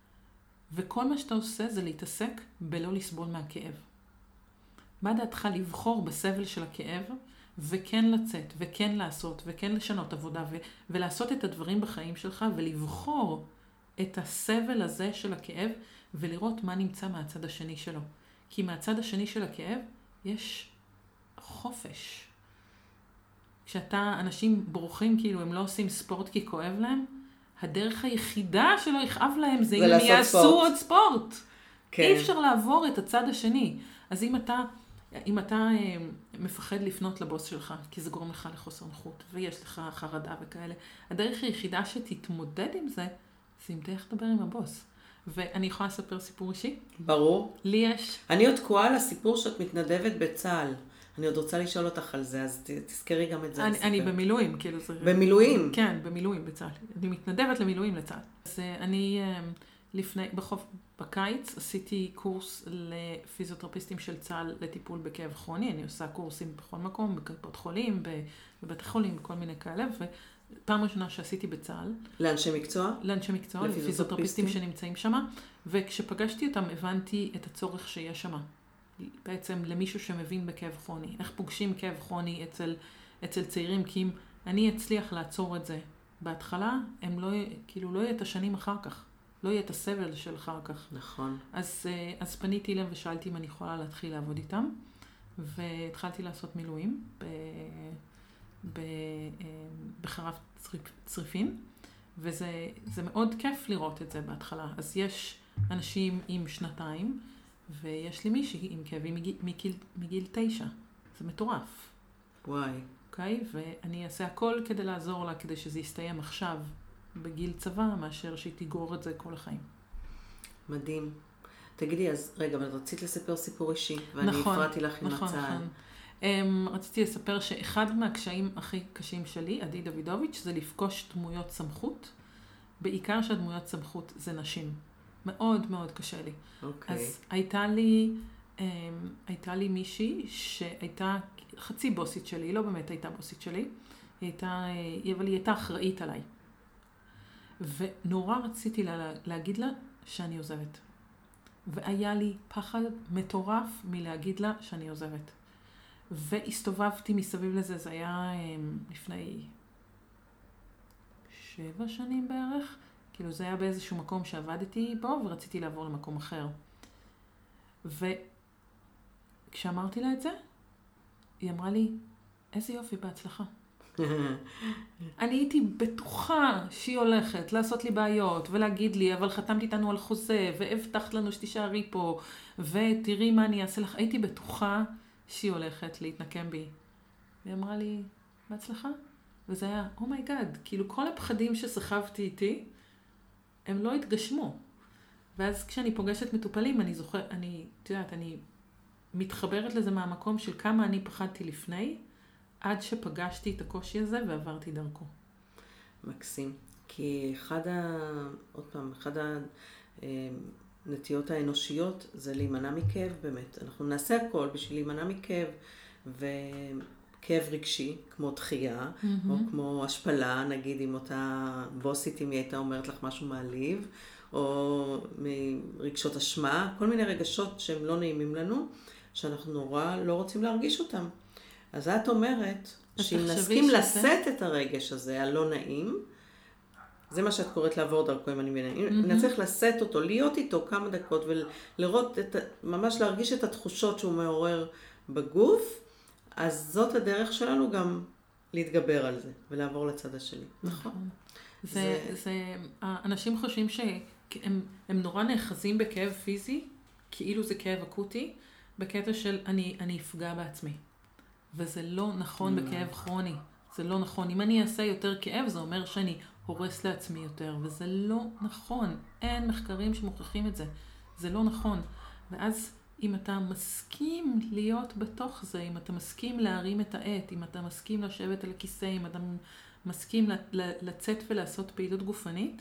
וכל מה שאתה עושה זה להתעסק בלא לסבול מהכאב. מה דעתך לבחור בסבל של הכאב, וכן לצאת, וכן לעשות, וכן לשנות עבודה, ולעשות את הדברים בחיים שלך, ולבחור את הסבל הזה של הכאב, ולראות מה נמצא מהצד השני שלו. כי מהצד השני של הכאב יש חופש. אנשים בורחים, כאילו הם לא עושים ספורט כי כואב להם, הדרך היחידה שלא יכאב להם זה אם הם יעשו עוד ספורט. כן. אי אפשר לעבור את הצד השני. אז אם אתה מפחד לפנות לבוס שלך, כי זה גורם לך לחוסר נוחות, ויש לך חרדה וכאלה, הדרך היחידה שתתמודד עם זה, זה אם תלך לדבר עם הבוס. ואני יכולה לספר סיפור אישי? ברור. לי יש. אני עוד תקועה על הסיפור שאת מתנדבת בצה"ל. אני עוד רוצה לשאול אותך על זה, אז תזכרי גם את זה. אני במילואים, כאילו זה... במילואים? כן, במילואים בצה"ל. אני מתנדבת למילואים לצה"ל. אז אני בקיץ עשיתי קורס לפיזיותרפיסטים של צה"ל לטיפול בכאב כרוני. אני עושה קורסים בכל מקום, בקופות חולים, בבתי חולים, בכל מיני כאלה, ופעם ראשונה שעשיתי בצה"ל. לאנשי מקצוע? לאנשי מקצוע, לפיזיותרפיסטים שנמצאים שם, וכשפגשתי אותם הבנתי את הצורך שיש שם. בעצם למישהו שמבין בכאב כרוני. איך פוגשים כאב כרוני אצל צעירים, כי אם אני אצליח לעצור את זה בהתחלה, הם לא יהיה את השנים אחר כך. לא יהיה את הסבל של אחר כך. נכון. אז פניתי אליהם ושאלתי אם אני יכולה להתחיל לעבוד איתם, והתחלתי לעשות מילואים בחרב צריפין, וזה מאוד כיף לראות את זה בהתחלה. אז יש אנשים עם 2, ויש לי מישהי עם כאבים מגיל 9. זה מטורף. וואי. אוקיי? ואני אעשה הכל כדי לעזור לה, כדי שזה יסתיים עכשיו בגיל צבא, מאשר שהיא תגרור את זה כל החיים. מדהים. תגידי, אז רגע, אבל רצית לספר סיפור אישי, ואני נכון, הפרעתי לך עם נכון, הצהל. נכון. רציתי לספר שאחד מהקשיים הכי קשים שלי, עדי דוידוביץ', זה לפגוש דמויות סמכות. בעיקר שהדמויות סמכות זה נשים. מאוד מאוד קשה לי. אוקיי. אז הייתה לי מישהי שהייתה חצי בוסית שלי, היא לא באמת הייתה בוסית שלי, אבל היא הייתה אחראית עליי. ונורא רציתי להגיד לה שאני עוזבת. והיה לי פחד מטורף מלהגיד לה שאני עוזבת. והסתובבתי מסביב לזה, זה היה לפני 7 שנים בערך. כאילו זה היה באיזשהו מקום שעבדתי בו ורציתי לעבור למקום אחר. וכשאמרתי לה את זה, היא אמרה לי, איזה יופי, בהצלחה. אני הייתי בטוחה שהיא הולכת לעשות לי בעיות ולהגיד לי, אבל חתמת איתנו על חוזה והבטחת לנו שתישארי פה ותראי מה אני אעשה לך. הייתי בטוחה שהיא הולכת להתנקם בי. והיא אמרה לי, בהצלחה. וזה היה, אומייגאד, כאילו כל הפחדים שסחבתי איתי, הם לא התגשמו. ואז כשאני פוגשת מטופלים, אני מתחברת לזה מהמקום של כמה אני פחדתי לפני, עד שפגשתי את הקושי הזה ועברתי דרכו. מקסים. כי אחד הנטיות האנושיות זה להימנע מכאב באמת. אנחנו נעשה הכל בשביל להימנע מכאב, וכאב רגשי, כמו דחייה, או כמו השפלה, נגיד אם אותה בוסית, אם היא הייתה אומרת לך משהו מעליב, או מרגשות אשמה, כל מיני רגשות שהם לא נעימים לנו, שאנחנו נורא לא רוצים להרגיש אותם. אז את אומרת, שאם נסכים לשאת את הרגש הזה, הלא נעים, זה מה שאת קוראת לעבור דרכו, אם אני מבינה. אם נצליח לשאת אותו, להיות איתו כמה דקות, ולראות, ממש להרגיש את התחושות שהוא מעורר בגוף, אז זאת הדרך שלנו גם להתגבר על זה, ולעבור לצד השני. נכון. אנשים חושבים שהם נורא נאחזים בכאב פיזי, כאילו זה כאב אקוטי, בקטע של אני אפגע בעצמי. וזה לא נכון בכאב כרוני. זה לא נכון. אם אני אעשה יותר כאב, זה אומר שאני הורס לעצמי יותר, וזה לא נכון. אין מחקרים שמוכיחים את זה. זה לא נכון. ואז אם אתה מסכים להיות בתוך זה, אם אתה מסכים להרים את העט, אם אתה מסכים לשבת על הכיסא, אם אתה מסכים לצאת ולעשות פעילות גופנית.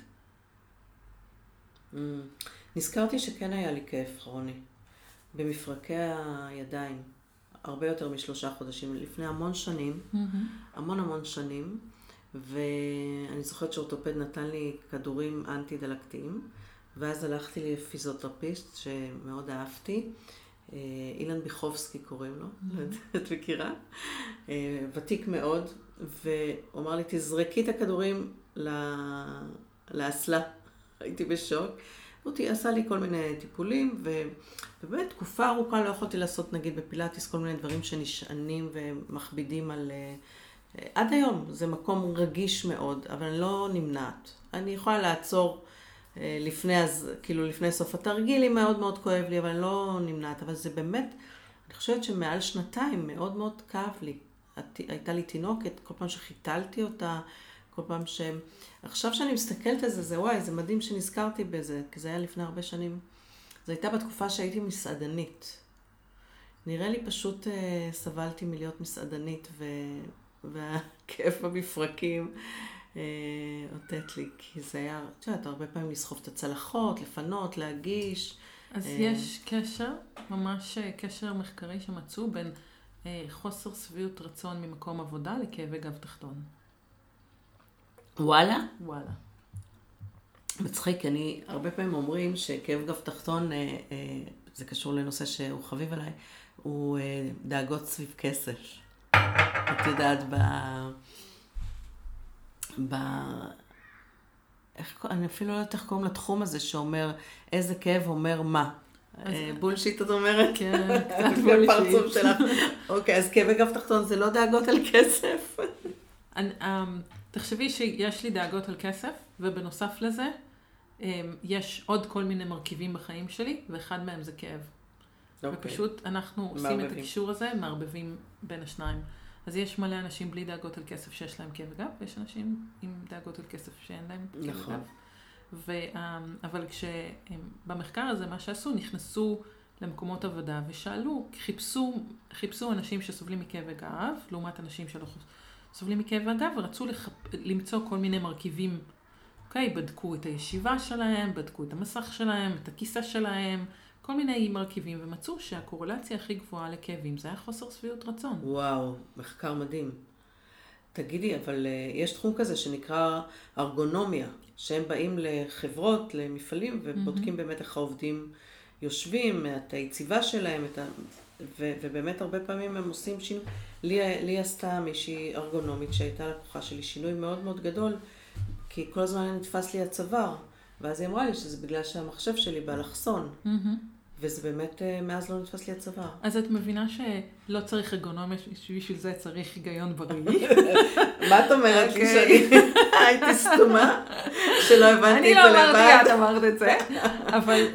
נזכרתי שכן היה לי כאב כרוני. במפרקי הידיים. הרבה יותר מ3 חודשים, לפני המון שנים, המון שנים, ואני זוכרת שאורתופד נתן לי כדורים אנטי-דלקתיים, ואז הלכתי לפיזיותרפיסט שמאוד אהבתי, אילן ביחובסקי קוראים לו, את מכירה, ותיק מאוד, והוא אמר לי, תזרקי את הכדורים לאסלה, הייתי בשוק, הוא עשה לי כל מיני טיפולים, ובאמת תקופה ארוכה לא יכולתי לעשות, נגיד בפילאטיס, כל מיני דברים שנשענים ומכבידים על... עד היום זה מקום רגיש מאוד, אבל אני לא נמנעת. אני יכולה לעצור לפני סוף התרגיל, אם מאוד מאוד כואב לי, אבל אני לא נמנעת. אבל זה באמת, אני חושבת שמעל 2 מאוד מאוד כאב לי. הייתה לי תינוקת, כל פעם שחיתלתי אותה, כל פעם עכשיו שאני מסתכלת על זה, וואי, זה מדהים שנזכרתי בזה, כי זה היה לפני הרבה שנים. זו הייתה בתקופה שהייתי מסעדנית. נראה לי פשוט סבלתי מלהיות מסעדנית, והכאב במפרקים אותת לי, כי זה היה, את יודעת, הרבה פעמים לסחוב את הצלחות, לפנות, להגיש. אז יש קשר, ממש קשר מחקרי שמצאו בין חוסר שביעות רצון ממקום עבודה לכאבי גב תחתון. וואלה? וואלה. מצחיק, אני הרבה פעמים אומרים שכאב גב תחתון, זה קשור לנושא שהוא חביב עליי, הוא דאגות סביב כסף. את יודעת, אני אפילו לא יודעת איך קוראים לתחום הזה שאומר איזה כאב אומר מה. בולשיט את אומרת? כן, קצת בולשיט. אוקיי, אז כאבי גב תחתון זה לא דאגות על כסף? תחשבי שיש לי דאגות על כסף, ובנוסף לזה, יש עוד כל מיני מרכיבים בחיים שלי, ואחד מהם זה כאב. ופשוט אנחנו עושים את הקישור הזה, מערבבים בין השניים. אז יש מלא אנשים בלי דאגות על כסף שיש להם כאב גב, ויש אנשים עם דאגות על כסף שאין להם כאב גב. אבל במחקר הזה, מה שעשו, נכנסו למקומות עבודה ושאלו, חיפשו אנשים שסובלים מכאב גב, לעומת אנשים שלא סובלים מכאב הגב, ורצו למצוא כל מיני מרכיבים. אוקיי, בדקו את הישיבה שלהם, בדקו את המסך שלהם, את הכיסא שלהם, כל מיני מרכיבים, ומצאו שהקורלציה הכי גבוהה לכאבים זה היה חוסר שביעות רצון. וואו, מחקר מדהים. תגידי, אבל יש תחום כזה שנקרא ארגונומיה, שהם באים לחברות, למפעלים, ובודקים באמת איך העובדים יושבים, את היציבה שלהם, ובאמת הרבה פעמים הם עושים שינוי. לי עשתה מישהי ארגונומית שהייתה לקוחה שלי שינוי מאוד מאוד גדול, כי כל הזמן נתפס לי הצוואר, ואז היא אמרה לי שזה בגלל שהמחשב שלי באלכסון, וזה באמת, מאז לא נתפס לי הצוואר. אז את מבינה שלא צריך ארגונומיה, בשביל זה צריך היגיון בריא. מה את אומרת לי שאני הייתי סתומה? שלא הבנתי את זה לבד? אני לא אמרתי, את אמרת את זה. אבל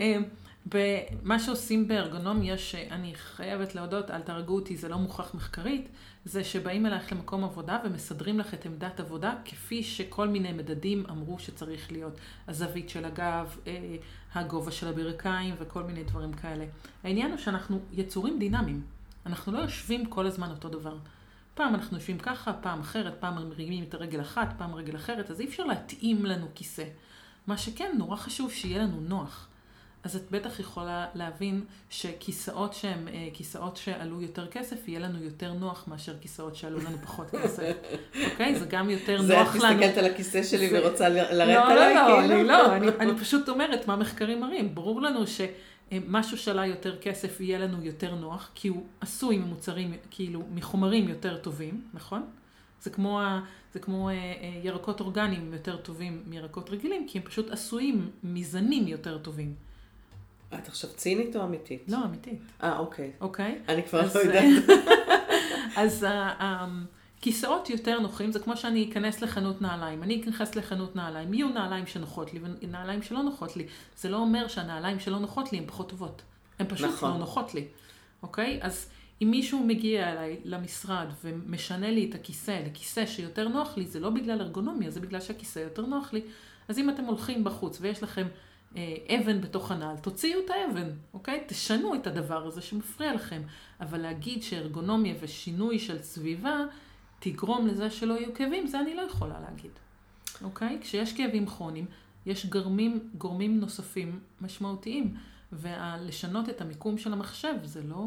מה שעושים בארגונומיה, שאני חייבת להודות, אל תרגו אותי, זה לא מוכח מחקרית, זה שבאים אלייך למקום עבודה ומסדרים לך את עמדת עבודה, כפי שכל מיני מדדים אמרו שצריך להיות. הזווית של הגב, הגובה של הברכיים וכל מיני דברים כאלה. העניין הוא שאנחנו יצורים דינמיים. אנחנו לא יושבים כל הזמן אותו דבר. פעם אנחנו יושבים ככה, פעם אחרת, פעם מרימים את הרגל אחת, פעם רגל אחרת, אז אי אפשר להתאים לנו כיסא. מה שכן, נורא חשוב שיהיה לנו נוח. אז את בטח יכולה להבין שכיסאות שהם כיסאות שעלו יותר כסף, יהיה לנו יותר נוח מאשר כיסאות שעלו לנו פחות כסף. אוקיי? זה גם יותר נוח לנו. זה את מסתכלת על הכיסא שלי ורוצה לרדת עליי? לא, אני פשוט אומרת מה מחקרים מראים. ברור לנו שמשהו שעלה יותר כסף יהיה לנו יותר נוח, כי הוא עשוי ממוצרים, כאילו מחומרים יותר טובים, נכון? זה כמו ירקות אורגניים יותר טובים מירקות רגילים, כי הם פשוט עשויים מזנים יותר טובים. את עכשיו צינית או אמיתית? לא, אמיתית. אוקיי. אוקיי? אני כבר לא יודעת. אז כיסאות יותר נוחים, זה כמו שאני אכנס לחנות נעליים. אני אכנס לחנות נעליים, יהיו נעליים שנוחות לי ונעליים שלא נוחות לי. זה לא אומר שהנעליים שלא נוחות לי הן פחות טובות. הן פשוט לא נוחות לי. אוקיי? אז אם מישהו מגיע אליי למשרד ומשנה לי את הכיסא לכיסא שיותר נוח לי, זה לא בגלל ארגונומיה, זה בגלל שהכיסא יותר נוח לי. אז אם אתם הולכים בחוץ ויש לכם אבן בתוך הנעל, תוציאו את האבן, אוקיי? תשנו את הדבר הזה שמפריע לכם. אבל להגיד שארגונומיה ושינוי של סביבה תגרום לזה שלא יהיו כאבים, זה אני לא יכולה להגיד. אוקיי? כשיש כאבים כרוניים, יש גורמים נוספים משמעותיים. ולשנות את המיקום של המחשב, זה לא...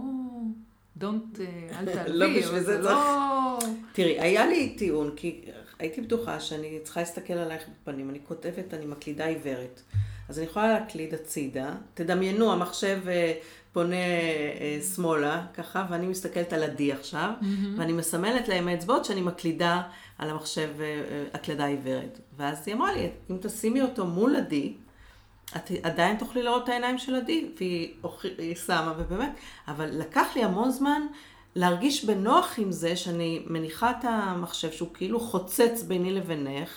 אל תעלבי. לא בשביל זה צריך... תראי, היה לי טיעון, כי הייתי בטוחה שאני צריכה להסתכל עלייך בפנים. אני כותבת, אני מקלידה עיוורת. אז אני יכולה להקליד הצידה. תדמיינו, המחשב פונה שמאלה, ככה, ואני מסתכלת על עדי עכשיו, ואני מסמלת להם האצבעות שאני מקלידה על המחשב הקלדה עיוורת. ואז היא אמרה לי, אם תשימי אותו מול עדי, את עדיין תוכלי לראות את העיניים של עדי, והיא שמה, ובאמת, אבל לקח לי המון זמן להרגיש בנוח עם זה, שאני מניחה את המחשב שהוא כאילו חוצץ ביני לבינך,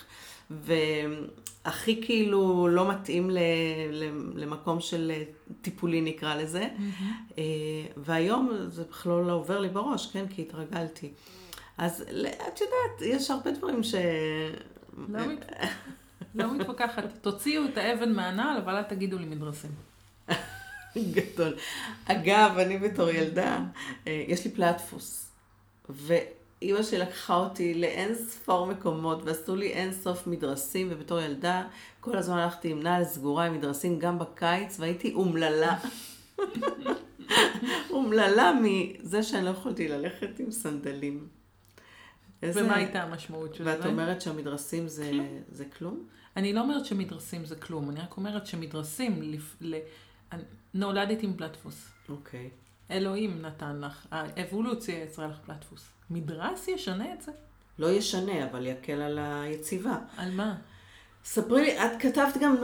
והכי כאילו לא מתאים למקום של טיפולי נקרא לזה, והיום זה בכלל לא עובר לי בראש, כן, כי התרגלתי. אז את יודעת, יש הרבה דברים לא מתווכחת. תוציאו את האבן מהנעל, אבל אל תגידו לי מדרסים. גדול. אגב, אני בתור ילדה, יש לי פלטפוס, ואמא שלי לקחה אותי לאין ספור מקומות, ועשו לי אין סוף מדרסים, ובתור ילדה, כל הזמן הלכתי עם נעל סגורה עם מדרסים גם בקיץ, והייתי אומללה. אומללה מזה שאני לא יכולתי ללכת עם סנדלים. ומה הייתה המשמעות של זה? ואת אומרת שהמדרסים זה כלום? אני לא אומרת שמדרסים זה כלום, אני רק אומרת שמדרסים, נולדת עם פלטפוס. אוקיי. אלוהים נתן לך, האבולוציה יצרה לך פלטפוס. מדרס ישנה את זה? לא ישנה, אבל יקל על היציבה. על מה? ספרי לי, את כתבת גם,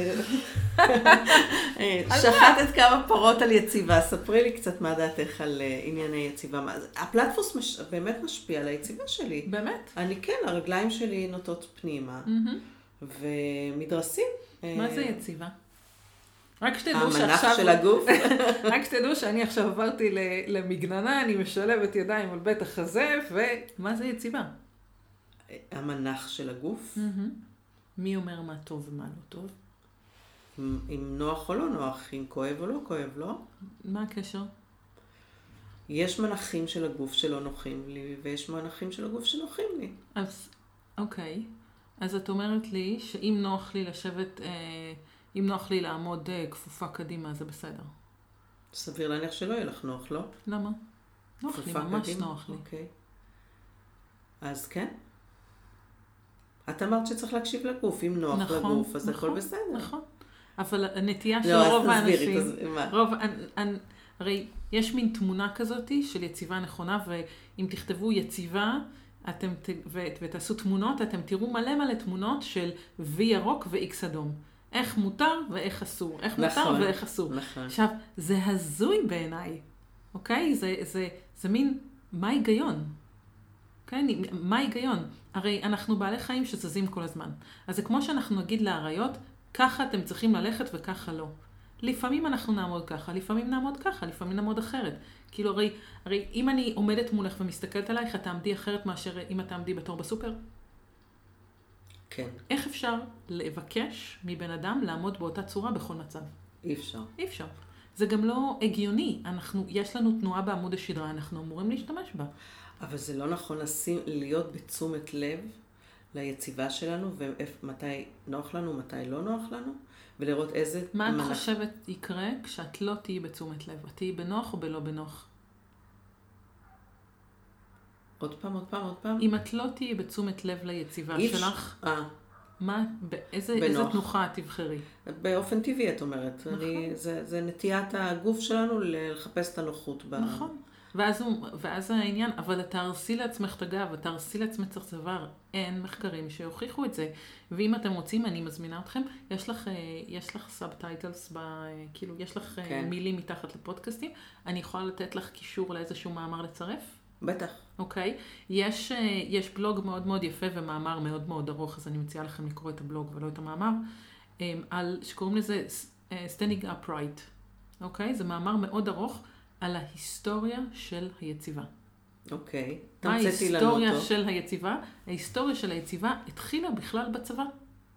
שחטת כמה פרות על יציבה, ספרי לי קצת מה דעתך על ענייני יציבה. הפלטפוס באמת משפיע על היציבה שלי. באמת? אני כן, הרגליים שלי נוטות פנימה, ומדרסים. מה זה יציבה? רק שתדעו שעכשיו... המנח של הגוף? רק שתדעו שאני עכשיו עברתי למגננה, אני משלבת ידיים על בית החזה, ומה זה יציבה? המנח של הגוף. מי אומר מה טוב ומה לא טוב? אם נוח או לא נוח, אם כואב או לא כואב, לא? מה הקשר? יש מנחים של הגוף שלא נוחים לי, ויש מנחים של הגוף שנוחים לי. אז, אוקיי. אז את אומרת לי שאם נוח לי לשבת, אם נוח לי לעמוד כפופה קדימה, זה בסדר. סביר להניח שלא יהיה לך נוח, לא? למה? נוח לי, ממש נוח לי. אוקיי. אז כן. את אמרת שצריך להקשיב לגוף, אם נוח לגוף, אז הכל בסדר. נכון. אבל הנטייה של רוב האנשים, הרי יש מין תמונה כזאת של יציבה נכונה, ואם תכתבו יציבה, ותעשו תמונות, אתם תראו מלא תמונות של V ירוק ו-X אדום. איך מותר ואיך אסור. איך מותר ואיך אסור. עכשיו, זה הזוי בעיניי. אוקיי? זה מין, מה ההיגיון? אוקיי? מה ההיגיון? הרי אנחנו בעלי חיים שזזים כל הזמן. אז זה כמו שאנחנו נגיד לאריות, ככה אתם צריכים ללכת וככה לא. לפעמים אנחנו נעמוד ככה, לפעמים נעמוד ככה, לפעמים נעמוד אחרת. כאילו הרי אם אני עומדת מולך ומסתכלת עלייך, את תעמדי אחרת מאשר אם את תעמדי בתור בסופר? כן. איך אפשר לבקש מבן אדם לעמוד באותה צורה בכל מצב? אי אפשר. אי אפשר. זה גם לא הגיוני. יש לנו תנועה בעמוד השדרה, אנחנו אמורים להשתמש בה. אבל זה לא נכון להיות בתשומת לב ליציבה שלנו, ומתי נוח לנו, מתי לא נוח לנו, ולראות איזה... מה את חושבת יקרה כשאת לא תהיי בתשומת לב? את תהיי בנוח או בלא בנוח? עוד פעם. אם את לא תהיי בתשומת לב ליציבה שלך, איזה תנוחה את תבחרי? באופן טבעי, את אומרת. זה נטיית הגוף שלנו לחפש את הנוחות. נכון. ואז העניין, אבל תהרסי לעצמך את הגב, תהרסי לעצמך את הצוואר, אין מחקרים שהוכיחו את זה. ואם אתם רוצים, אני מזמינה אתכם, יש לך סאבטייטלס, כאילו יש לך מילים מתחת לפודקאסטים, אני יכולה לתת לך קישור לאיזשהו מאמר לצרף? בטח. אוקיי? יש בלוג מאוד מאוד יפה ומאמר מאוד מאוד ארוך, אז אני מציעה לכם לקרוא את הבלוג ולא את המאמר, שקוראים לזה Standing Upright. אוקיי? זה מאמר מאוד ארוך, על ההיסטוריה של היציבה. אוקיי. מה ההיסטוריה של היציבה? ההיסטוריה של היציבה התחילה בכלל בצבא.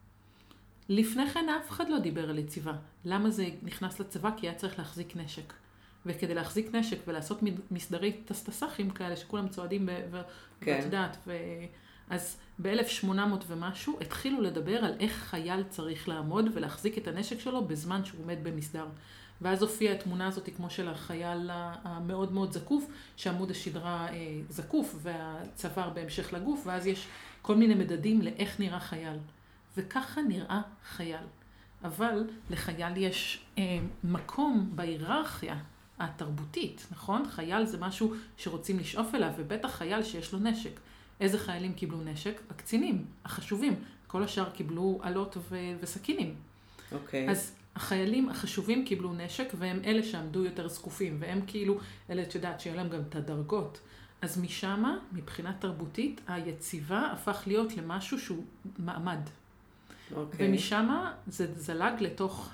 לפני כן אף אחד לא דיבר על יציבה. למה זה נכנס לצבא? כי היה צריך להחזיק נשק. וכדי להחזיק נשק ולעשות מסדרי טסטסחים כאלה שכולם צועדים ואת יודעת. אז ב-1800 ומשהו התחילו לדבר על איך חייל צריך לעמוד ולהחזיק את הנשק שלו בזמן שהוא עומד במסדר. ואז הופיעה התמונה הזאת כמו של החייל המאוד מאוד זקוף, שעמוד השדרה זקוף והצוואר בהמשך לגוף, ואז יש כל מיני מדדים לאיך נראה חייל. וככה נראה חייל. אבל לחייל יש מקום בהיררכיה התרבותית, נכון? חייל זה משהו שרוצים לשאוף אליו, ובטח חייל שיש לו נשק. איזה חיילים קיבלו נשק? הקצינים, החשובים. כל השאר קיבלו עלות וסכינים. אוקיי. אז החיילים החשובים קיבלו נשק, והם אלה שעמדו יותר זקופים, והם כאילו, אלה את יודעת שיהיה להם גם את הדרגות. אז משם, מבחינה תרבותית, היציבה הפך להיות למשהו שהוא מעמד. אוקיי. ומשם זה זלג לתוך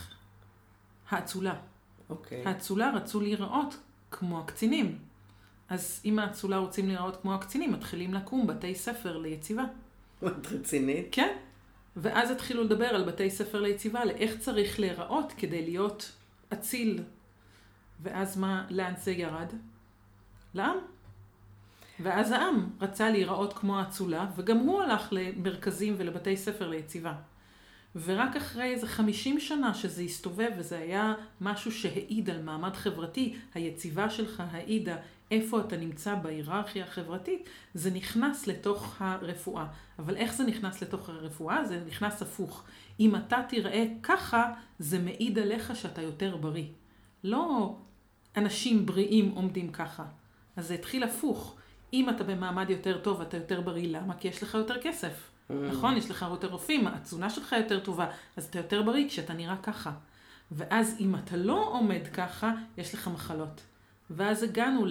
האצולה. אוקיי. האצולה רצו להיראות כמו הקצינים. אז אם האצולה רוצים להיראות כמו הקצינים, מתחילים לקום בתי ספר ליציבה. את רצינית? כן. ואז התחילו לדבר על בתי ספר ליציבה, לאיך צריך להיראות כדי להיות אציל. ואז לאן זה ירד? לעם. ואז העם רצה להיראות כמו האצולה, וגם הוא הלך למרכזים ולבתי ספר ליציבה. ורק אחרי איזה 50 שנה שזה הסתובב, וזה היה משהו שהעיד על מעמד חברתי, היציבה שלך העידה איפה אתה נמצא בהיררכיה החברתית, זה נכנס לתוך הרפואה. אבל איך זה נכנס לתוך הרפואה? זה נכנס הפוך. אם אתה תראה ככה, זה מעיד עליך שאתה יותר בריא. לא אנשים בריאים עומדים ככה. אז זה התחיל הפוך. אם אתה במעמד יותר טוב, אתה יותר בריא. למה? כי יש לך יותר כסף. נכון? יש לך יותר רופאים, התזונה שלך יותר טובה, אז אתה יותר בריא כשאתה נראה ככה. ואז אם אתה לא עומד ככה, יש לך מחלות. ואז הגענו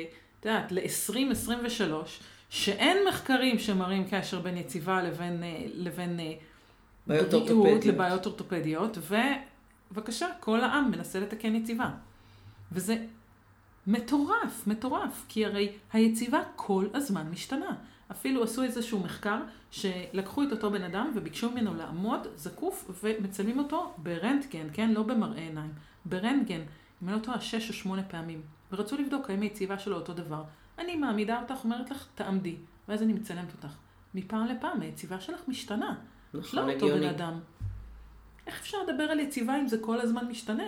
ל-2023, שאין מחקרים שמראים קשר בין יציבה לבין בריאות, לבעיות אורתופדיות, ובבקשה, כל העם מנסה לתקן יציבה. וזה מטורף, מטורף, כי הרי היציבה כל הזמן משתנה. אפילו עשו איזשהו מחקר שלקחו את אותו בן אדם וביקשו ממנו לעמוד זקוף ומצלמים אותו ברנטגן, כן? לא במראה עיניים, ברנטגן, ממנו אותו 6 או 8 פעמים. ורצו לבדוק האם היציבה שלו אותו דבר. אני מעמידה אותך, אומרת לך, תעמדי, ואז אני מצלמת אותך. מפעם לפעם, היציבה שלך משתנה. נכון, לא אותו בן אדם. איך אפשר לדבר על יציבה אם זה כל הזמן משתנה?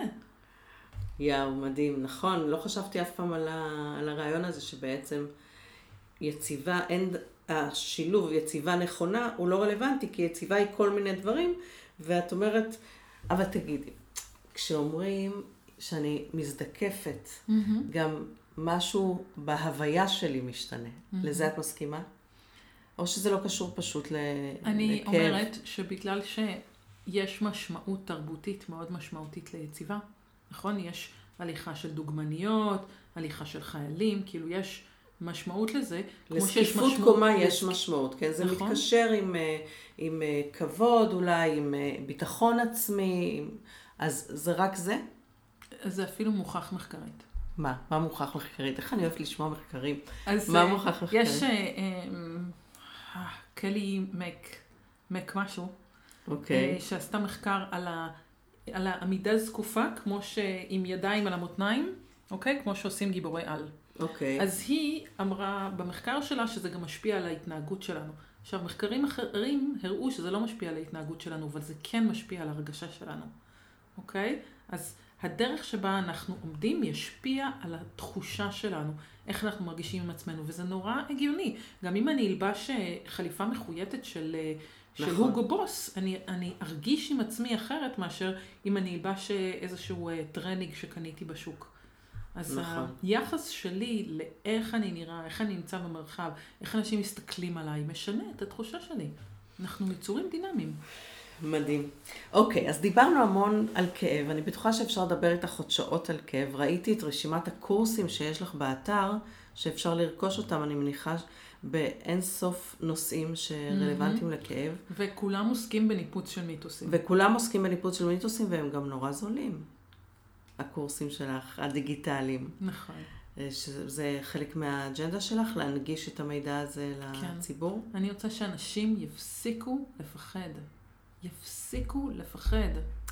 מדהים, נכון. לא חשבתי אף פעם על הרעיון הזה שבעצם יציבה, השילוב יציבה נכונה הוא לא רלוונטי, כי יציבה היא כל מיני דברים, ואת אומרת, אבל תגידי, כשאומרים שאני מזדקפת, גם משהו בהוויה שלי משתנה. לזה את מסכימה? או שזה לא קשור פשוט לכאב? אני אומרת שבגלל שיש משמעות תרבותית מאוד משמעותית ליציבה, נכון? יש הליכה של דוגמניות, הליכה של חיילים, כאילו יש משמעות לזה. לזקיפות קומה יש משמעות, כן? זה נכון? מתקשר עם כבוד, אולי עם ביטחון עצמי, אז זה רק זה? זה אפילו מוכח מחקרית. מה? מה מוכח מחקרית? איך אני אוהבת לשמוע מחקרים? אז מה מוכח מחקרית? יש קלי מק משהו, שעשתה מחקר על העמידה זקופה, כמו עם ידיים על המותניים, אוקיי? כמו שעושים גיבורי על. אוקיי. אז היא אמרה במחקר שלה שזה גם משפיע על ההתנהגות שלנו. עכשיו, מחקרים אחרים הראו שזה לא משפיע על ההתנהגות שלנו, אבל זה כן משפיע על הרגשה שלנו. אוקיי? אז הדרך שבה אנחנו עומדים ישפיע על התחושה שלנו, איך אנחנו מרגישים עם עצמנו, וזה נורא הגיוני. גם אם אני אלבש חליפה מחויטת של הוגו בוס, אני ארגיש עם עצמי אחרת מאשר אם אני אלבש איזשהו טרנינג שקניתי בשוק. אז היחס שלי לאיך אני נראה, איך אני נמצא במרחב, איך אנשים מסתכלים עליי, משנה את התחושה שלי. אנחנו יצורים דינמיים. מדהים. אוקיי, אז דיברנו המון על כאב. אני בטוחה שאפשר לדבר איתך עוד שעות על כאב. ראיתי את רשימת הקורסים שיש לך באתר, שאפשר לרכוש אותם, אני מניחה, באין סוף נושאים שרלוונטיים לכאב. וכולם עוסקים בניפוץ של מיתוסים. והם גם נורא זולים. הקורסים שלך, הדיגיטליים. נכון. שזה חלק מהאג'נדה שלך, להנגיש את המידע הזה לציבור. כן. אני רוצה שאנשים יפסיקו לפחד.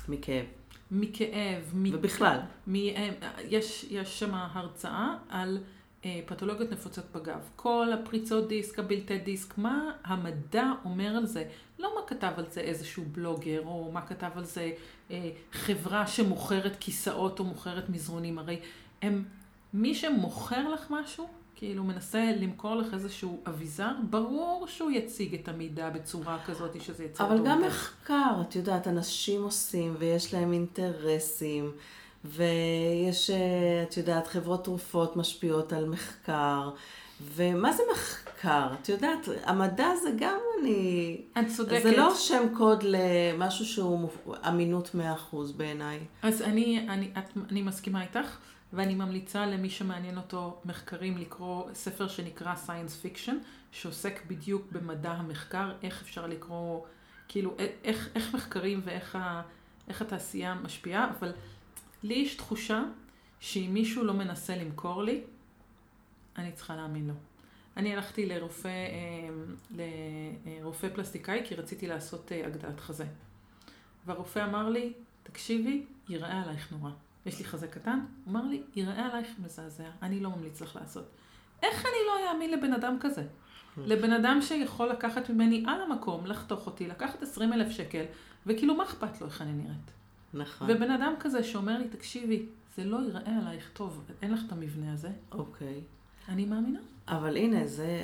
מכאב. ובכלל. יש שם הרצאה על פתולוגיות נפוצות בגב. כל הפריצות דיסק, הבלטי דיסק, מה המדע אומר על זה? לא מה כתב על זה איזשהו בלוגר, או מה כתב על זה חברה שמוכרת כיסאות או מוכרת מזרונים. הרי מי שמוכר לך משהו, כאילו מנסה למכור לך איזשהו אביזר, ברור שהוא יציג את המידע בצורה כזאת שזה יצא אבל גם מחקר, את יודעת, אנשים עושים ויש להם אינטרסים, ויש, את יודעת, חברות תרופות משפיעות על מחקר, ומה זה מחקר? את יודעת, המדע זה גם את צודקת. זה לא שם קוד למשהו שהוא אמינות 100% בעיניי. אז אני מסכימה איתך, ואני ממליצה למי שמעניין אותו מחקרים לקרוא ספר שנקרא Science Fiction, שעוסק בדיוק במדע המחקר, איך אפשר לקרוא, כאילו, איך מחקרים ואיך התעשייה משפיעה, אבל לי יש תחושה שאם מישהו לא מנסה למכור לי, אני צריכה להאמין לו. אני הלכתי לרופא פלסטיקאי, כי רציתי לעשות הגדלת חזה. והרופא אמר לי, תקשיבי, ייראה עלייך נורא. יש לי חזה קטן, הוא אמר לי, ייראה עלייך מזעזע, אני לא ממליץ לך לעשות. איך אני לא אאמין לבן אדם כזה? לבן אדם שיכול לקחת ממני על המקום, לחתוך אותי, לקחת 20,000 שקל, וכאילו מה אכפת לו איך אני נראית? נכון. ובן אדם כזה שאומר לי, תקשיבי, זה לא ייראה עלייך טוב, אין לך את המבנה הזה. אוקיי. אני מאמינה. אבל הנה,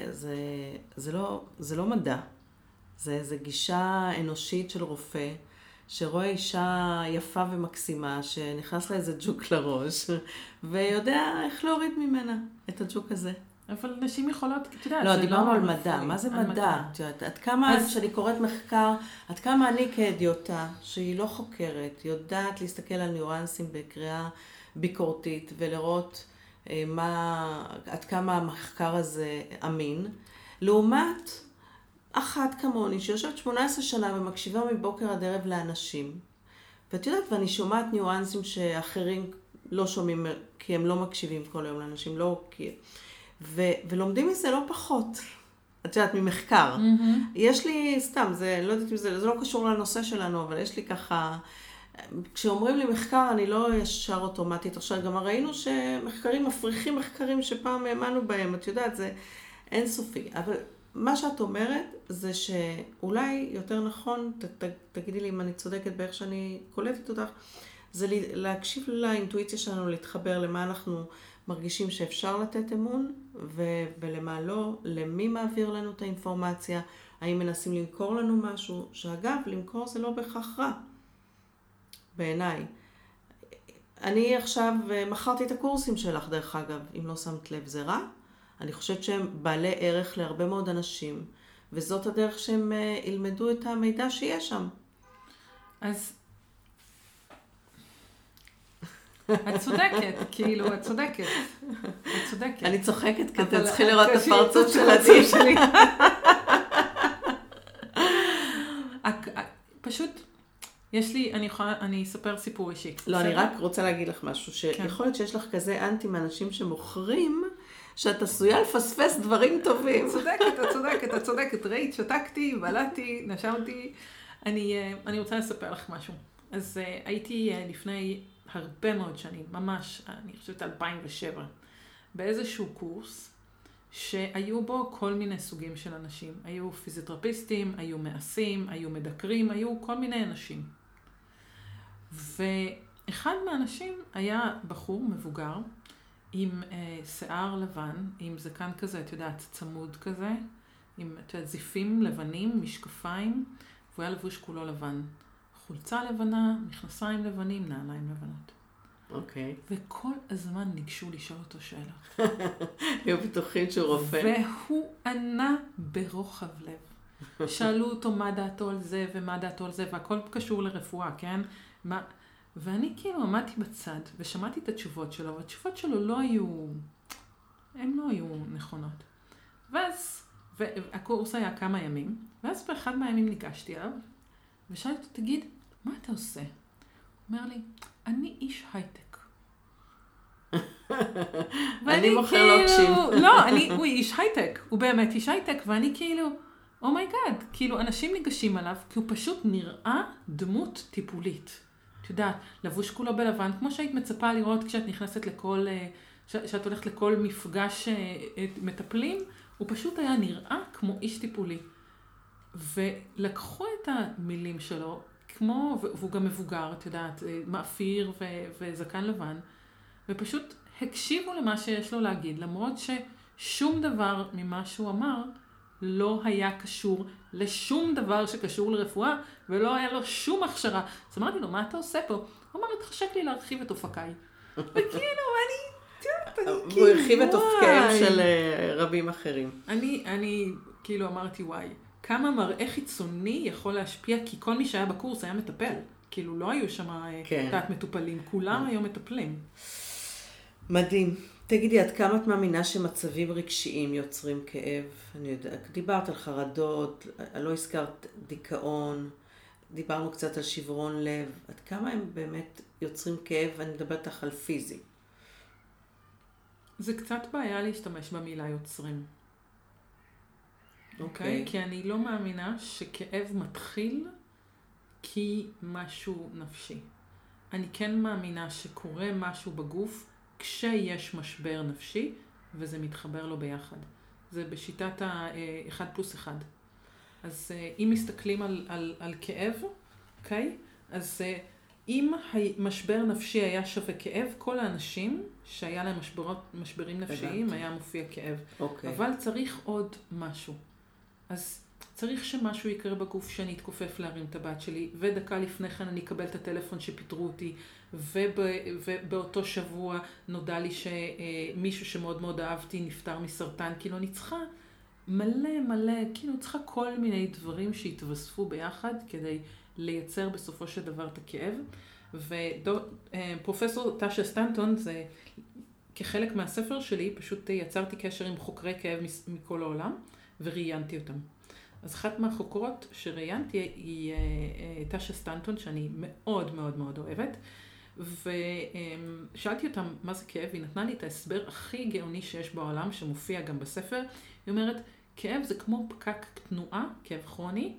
זה לא מדע. זה גישה אנושית של רופא, שרואה אישה יפה ומקסימה, שנכנס לה איזה ג'וק לראש, ויודע איך להוריד ממנה את הג'וק הזה. אבל נשים יכולות, אתה יודע, לא, דיברנו על מדע. מה זה מדע? עד כמה, כשאני קוראת מחקר, עד כמה אני כהדיוטה, שהיא לא חוקרת, יודעת להסתכל על ניואנסים בקריאה ביקורתית, ולראות עד כמה המחקר הזה אמין, לעומת אחת כמוני, שיושבת 18 שנה ומקשיבה מבוקר עד ערב לאנשים. ואת יודעת, ואני שומעת ניואנסים שאחרים לא שומעים, כי הם לא מקשיבים כל היום לאנשים, לא כי... ולומדים מזה לא פחות. את יודעת, ממחקר. יש לי, סתם, לא יודעת אם זה לא קשור לנושא שלנו, אבל יש לי ככה, כשאומרים לי מחקר, אני לא ישר אוטומטית. עכשיו, גם ראינו שמחקרים מפריחים מחקרים שפעם האמנו בהם, את יודעת, זה אינסופי. אבל מה שאת אומרת, זה שאולי יותר נכון, תגידי לי אם אני צודקת באיך שאני קולטת אותך, זה להקשיב לאינטואיציה שלנו, להתחבר למה אנחנו מרגישים שאפשר לתת אמון, ולמה לא, למי מעביר לנו את האינפורמציה, האם מנסים למכור לנו משהו, שאגב, למכור זה לא בהכרח רע, בעיניי. אני עכשיו מכרתי את הקורסים שלך, דרך אגב, אם לא שמת לב, זה רע? אני חושבת שהם בעלי ערך להרבה מאוד אנשים, וזאת הדרך שהם ילמדו את המידע שיש שם. אז את צודקת, כאילו, את צודקת. אני צוחקת, כי אתם צריכים לראות את הפרצוף של עדי שלי. פשוט, יש לי, אני אספר סיפור אישי. לא, אני רק רוצה להגיד לך משהו, שיכול להיות שיש לך כזה אנטי מאנשים שמוכרים, שאת עשויה לפספס דברים טובים. את צודקת. ראית, שתקתי, בלעתי, נשמתי. אני רוצה לספר לך משהו. אז הייתי לפני הרבה מאוד שנים, ממש, אני חושבת 2007, באיזשהו קורס שהיו בו כל מיני סוגים של אנשים. היו פיזיותרפיסטים, היו מעשים, היו מדקרים, היו כל מיני אנשים. ואחד מהאנשים היה בחור מבוגר, עם שיער לבן, עם זקן כזה, את יודעת, צמוד כזה, עם זיפים לבנים, משקפיים, והוא היה לבוש כולו לבן. חולצה לבנה, מכנסיים לבנים, נעליים לבנות. אוקיי. וכל הזמן ניגשו לשאול אותו שאלה. היו בטוחים שהוא רופא. והוא ענה ברוחב לב. שאלו אותו מה דעתו על זה ומה דעתו על זה, והכל קשור לרפואה, כן? ואני כאילו עמדתי בצד ושמעתי את התשובות שלו, והתשובות שלו לא היו, הן לא היו נכונות. ואז, והקורס היה כמה ימים, ואז באחד מהימים ניגשתי אליו, ושאלתי אותו, תגיד, מה אתה עושה? הוא אומר לי, אני איש הייטק. אני מוכר לוקשים. לא, הוא איש הייטק, הוא באמת איש הייטק, ואני כאילו, אומייגאד, כאילו אנשים ניגשים עליו, כי הוא פשוט נראה דמות טיפולית. את יודעת, לבוש כולו בלבן, כמו שהיית מצפה לראות כשאת נכנסת לכל, שאת הולכת לכל מפגש מטפלים, הוא פשוט היה נראה כמו איש טיפולי. ולקחו את המילים שלו, והוא גם מבוגר, את יודעת, מאפיר וזקן לבן, ופשוט הקשיבו למה שיש לו להגיד, למרות ששום דבר ממה שהוא אמר לא היה קשור לשום דבר שקשור לרפואה, ולא היה לו שום הכשרה. אז אמרתי לו, מה אתה עושה פה? הוא אמר, תחשק לי להרחיב את אופקיי. וכאילו, והוא הרחיב את אופקיהם של רבים אחרים. אני כאילו אמרתי, וואי, כמה מראה חיצוני יכול להשפיע, כי כל מי שהיה בקורס היה מטפל. כאילו, לא היו שם תת מטופלים, כולם היו מטפלים. מדהים. תגידי, עד כמה את מאמינה שמצבים רגשיים יוצרים כאב? אני יודעת, דיברת על חרדות, לא הזכרת דיכאון, דיברנו קצת על שברון לב. עד כמה הם באמת יוצרים כאב? אני מדברת לך על פיזי. זה קצת בעיה להשתמש במילה יוצרים. אוקיי? כי אני לא מאמינה שכאב מתחיל כי משהו נפשי. אני כן מאמינה שקורה משהו בגוף כשיש משבר נפשי, וזה מתחבר לו ביחד. זה בשיטת ה-1+1. אז אם מסתכלים על כאב, אוקיי? אז אם המשבר נפשי היה שווה כאב, כל האנשים שהיה להם משברים נפשיים היה מופיע כאב. אבל צריך עוד משהו. אז צריך שמשהו יקרה בגוף שאני אתכופף להרים את הבת שלי, ודקה לפני כן אני אקבל את הטלפון שפיטרו אותי, ובאותו שבוע נודע לי שמישהו שמאוד מאוד אהבתי נפטר מסרטן, כאילו אני צריכה מלא, כאילו צריכה כל מיני דברים שהתווספו ביחד כדי לייצר בסופו של דבר את הכאב. ופרופסור טאשה סטנטון, זה כחלק מהספר שלי, פשוט יצרתי קשר עם חוקרי כאב מכל העולם, וראיינתי אותם. אז אחת מהחוקרות שראיינתי היא טאשה סטנטון, שאני מאוד מאוד מאוד אוהבת, ושאלתי אותם מה זה כאב, היא נתנה לי את ההסבר הכי גאוני שיש בעולם, שמופיע גם בספר. היא אומרת, כאב זה כמו פקק תנועה, כאב כרוני,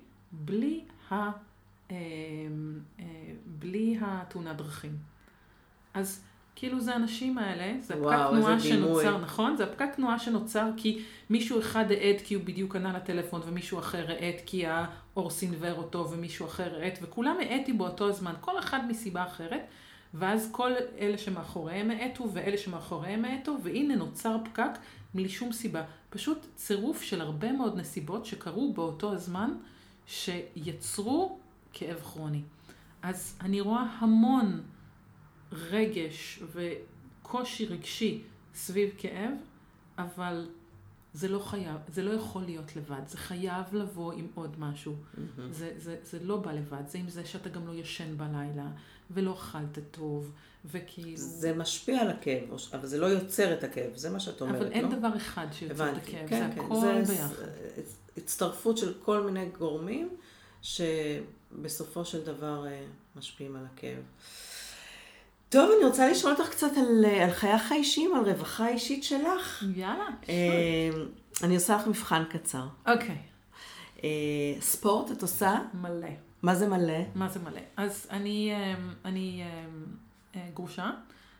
בלי התאונת דרכים. אז כאילו זה האנשים האלה, זה הפקק תנועה שנוצר, נכון? זה הפקק תנועה שנוצר כי מישהו אחד העד כי הוא בדיוק ענה לטלפון, ומישהו אחר העד כי האור סינבר אותו, ומישהו אחר העד, וכולם העדתי באותו הזמן, כל אחד מסיבה אחרת, ואז כל אלה שמאחוריהם העדו, ואלה שמאחוריהם העדו, והנה נוצר פקק בלי שום סיבה. פשוט צירוף של הרבה מאוד נסיבות שקרו באותו הזמן, שיצרו כאב כרוני. אז אני רואה המון רגש וקושי רגשי סביב כאב, אבל זה לא יכול להיות לבד. זה חייב לבוא עם עוד משהו. זה לא בא לבד. זה עם זה שאתה גם לא ישן בלילה, ולא אכלת טוב, וכאילו... זה משפיע על הכאב, אבל זה לא יוצר את הכאב. זה מה שאת אומרת, לא? אבל אין דבר אחד שיוצר את הכאב. זה הכל ביחד. הצטרפות של כל מיני גורמים, שבסופו של דבר משפיעים על הכאב. טוב, אני רוצה לשאול אותך קצת על חייך האישיים, על רווחה אישית שלך. יאללה, אני עושה לך מבחן קצר. אוקיי. ספורט את עושה? מלא. מה זה מלא? מה זה מלא? אז אני גרושה,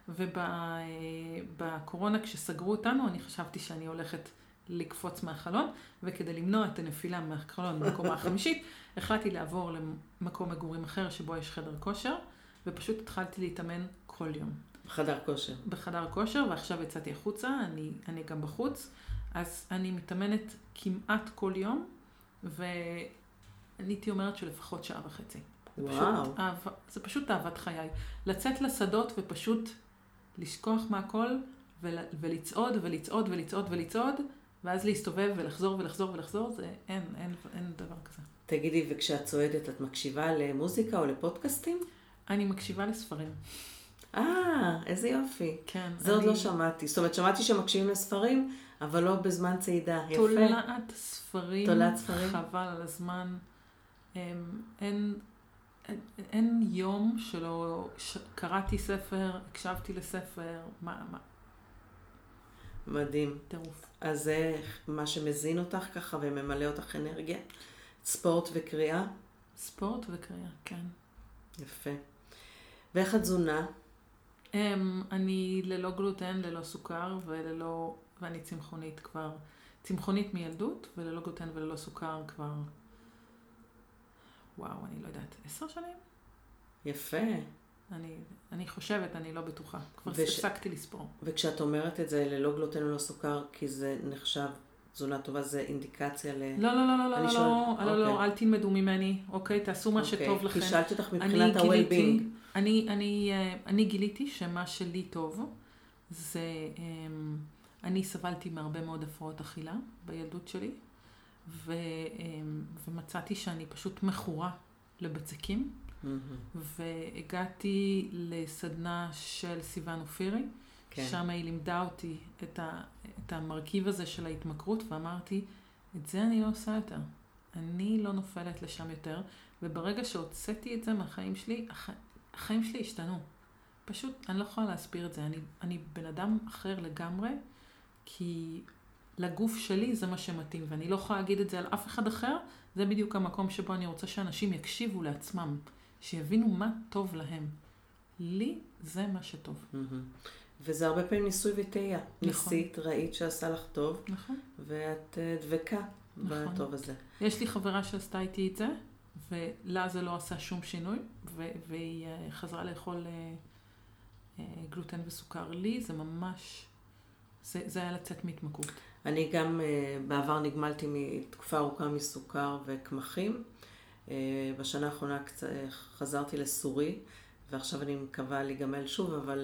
ובקורונה כשסגרו אותנו, אני חשבתי שאני הולכת לקפוץ מהחלון, וכדי למנוע את הנפילה מהחלון במקומה החמישית, החלטתי לעבור למקום מגורים אחר שבו יש חדר כושר, ופשוט התחלתי להתאמן כל יום. בחדר כושר. בחדר כושר, ועכשיו יצאתי החוצה, אני גם בחוץ, אז אני מתאמנת כמעט כל יום, ואני הייתי אומרת שלפחות שעה וחצי. וואו. זה פשוט אהבת חיי. לצאת לשדות ופשוט לשכוח מהכל, ולצעוד ולצעוד ולצעוד ולצעוד, ואז להסתובב ולחזור ולחזור ולחזור, זה אין דבר כזה. תגידי, וכשאת צועדת, את מקשיבה למוזיקה או לפודקאסטים? אני מקשיבה לספרים. איזה יופי. כן. זה עוד לא שמעתי. זאת אומרת, שמעתי שמקשיבים לספרים, אבל לא בזמן צעידה. יפה. תולעת ספרים. תולעת ספרים. חבל על הזמן. אין יום שלא קראתי ספר, הקשבתי לספר, מה? מדהים. טירוף. אז זה מה שמזין אותך ככה וממלא אותך אנרגיה? ספורט וקריאה? ספורט וקריאה, כן. יפה. ואיך התזונה? אני ללא גלוטן, ללא סוכר ואני צמחונית כבר, צמחונית מילדות, וללא גלוטן וללא סוכר כבר, אני לא יודעת, 10 שנים? יפה. אני חושבת, אני לא בטוחה. כבר הפסקתי לספור. וכשאת אומרת את זה ללא גלוטן וללא סוכר, כי זה נחשב תזונה טובה, זה אינדיקציה ל... לא, אל תלמדו ממני, אוקיי? תעשו מה שטוב לכם. כי שאלתי אותך מבחינת ה-well-being. אני גיליתי שמה שלי טוב, זה... אני סבלתי מהרבה מאוד הפרעות אכילה בילדות שלי, ומצאתי שאני פשוט מכורה לבצקים, והגעתי לסדנה של סיוון אופירי, שם היא לימדה אותי את המרכיב הזה של ההתמכרות, ואמרתי, את זה אני לא עושה יותר. אני לא נופלת לשם יותר, וברגע שהוצאתי את זה מהחיים שלי, החיים שלי השתנו. פשוט, אני לא יכולה להסביר את זה. אני בן אדם אחר לגמרי, כי לגוף שלי זה מה שמתאים, ואני לא יכולה להגיד את זה על אף אחד אחר, זה בדיוק המקום שבו אני רוצה שאנשים יקשיבו לעצמם, שיבינו מה טוב להם. לי זה מה שטוב. וזה הרבה פעמים ניסוי וטעייה. נכון. ניסית, ראית שעשה לך טוב, נכון. ואת דבקה נכון. בטוב הזה. יש לי חברה שעשתה איתי את זה, ולה זה לא עשה שום שינוי, והיא חזרה לאכול גלוטן וסוכר. לי זה ממש, זה היה לצאת מהתמכרות. אני גם בעבר נגמלתי מתקופה ארוכה מסוכר וקמחים. בשנה האחרונה חזרתי לסורי, ועכשיו אני מקווה להיגמל שוב, אבל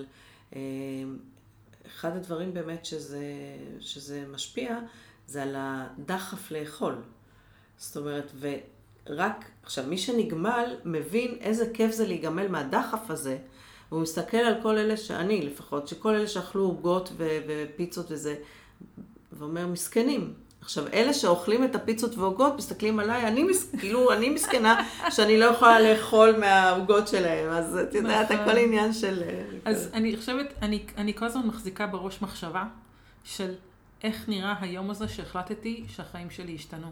אחד הדברים באמת שזה משפיע, זה על הדחף לאכול. זאת אומרת, ורק, עכשיו מי שנגמל מבין איזה כיף זה להיגמל מהדחף הזה, והוא מסתכל על כל אלה שאני לפחות, שכל אלה שאכלו עוגות ופיצות וזה, ואומר, מסכנים. עכשיו, אלה שאוכלים את הפיצות ועוגות, מסתכלים עליי, אני מסכנה שאני לא יכולה לאכול מהעוגות שלהם, אז את יודעת, הכל עניין של... אז אני חושבת, אני כל הזמן מחזיקה בראש מחשבה של איך נראה היום הזה שהחלטתי שהחיים שלי השתנו.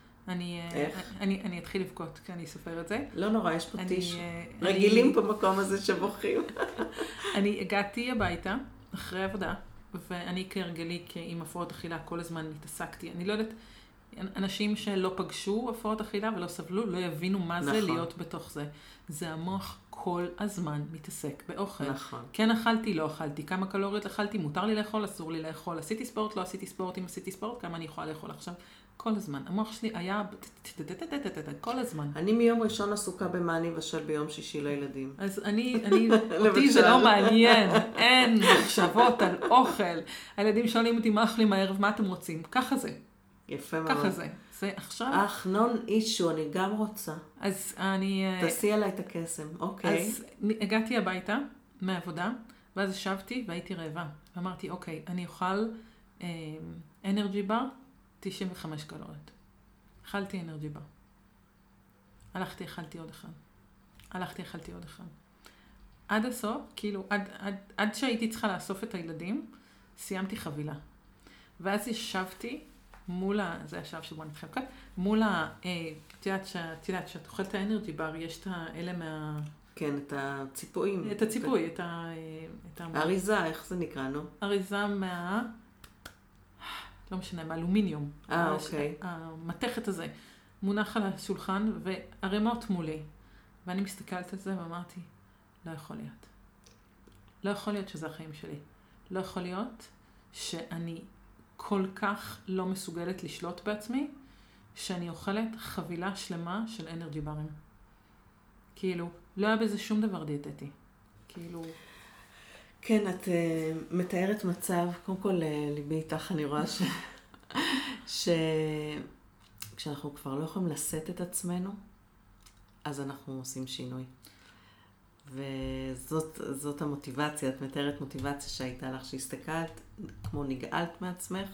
אני אתחיל לבכות כי אני אספר את זה. לא נורא, יש פה טיש. רגילים במקום הזה שבוכים. אני הגעתי הביתה אחרי עבודה, ואני כהרגלי עם הפרעות אכילה כל הזמן התעסקתי. אני לא יודעת, אנשים שלא פגשו הפרעות אכילה ולא סבלו, לא יבינו מה זה להיות בתוך זה. זה המוח כל הזמן מתעסק באוכל. נכון. כן אכלתי, לא אכלתי, כמה קלוריות אכלתי, מותר לי לאכול, אסור לי לאכול, עשיתי ספורט, לא עשיתי ספורט, אם עשיתי ספורט, כמה אני יכולה לאכול עכשיו. כל הזמן. המוח שלי היה כל הזמן. אני מיום ראשון עסוקה במה אני אבשל ביום שישי לילדים. אז אותי זה לא מעניין. אין מחשבות על אוכל. הילדים שואלים אותי מה אכלים הערב, מה אתם רוצים? ככה זה. יפה מאוד. ככה זה. זה עכשיו... נון אישו, אני גם רוצה. אז אני... תעשי עליי את הקסם, אוקיי. אז הגעתי הביתה מהעבודה, ואז ישבתי והייתי רעבה. ואמרתי, אוקיי, אני אוכל אנרג'י בר, 95 קלוריות. אכלתי אנרג'י בר. הלכתי, אכלתי עוד אחד. הלכתי, אכלתי עוד אחד. עד הסוף, כאילו, עד שהייתי צריכה לאסוף את הילדים, סיימתי חבילה. ואז ישבתי מול זה השלב שבו אני מתחילה, מול את יודעת שאת אוכלת האנרג'י בר, יש את האלה מה... כן, את הציפויים. את הציפוי, את האריזה, איך זה נקרא, נו? אריזה לא משנה, מאלומיניום. אוקיי. המתכת הזה מונח על השולחן, והרמות מולי. ואני מסתכלת על זה ואמרתי, לא יכול להיות. לא יכול להיות שזה החיים שלי. לא יכול להיות שאני כל כך לא מסוגלת לשלוט בעצמי, שאני אוכלת חבילה שלמה של אנרג'י ברים. כאילו, לא היה בזה שום דבר דיאטטי. כאילו... כן, את מתארת מצב, קודם כל ליבי איתך, אני רואה כשאנחנו כבר לא יכולים לשאת את עצמנו, אז אנחנו עושים שינוי. וזאת המוטיבציה, את מתארת מוטיבציה שהייתה לך, שהסתכלת כמו נגעלת מעצמך,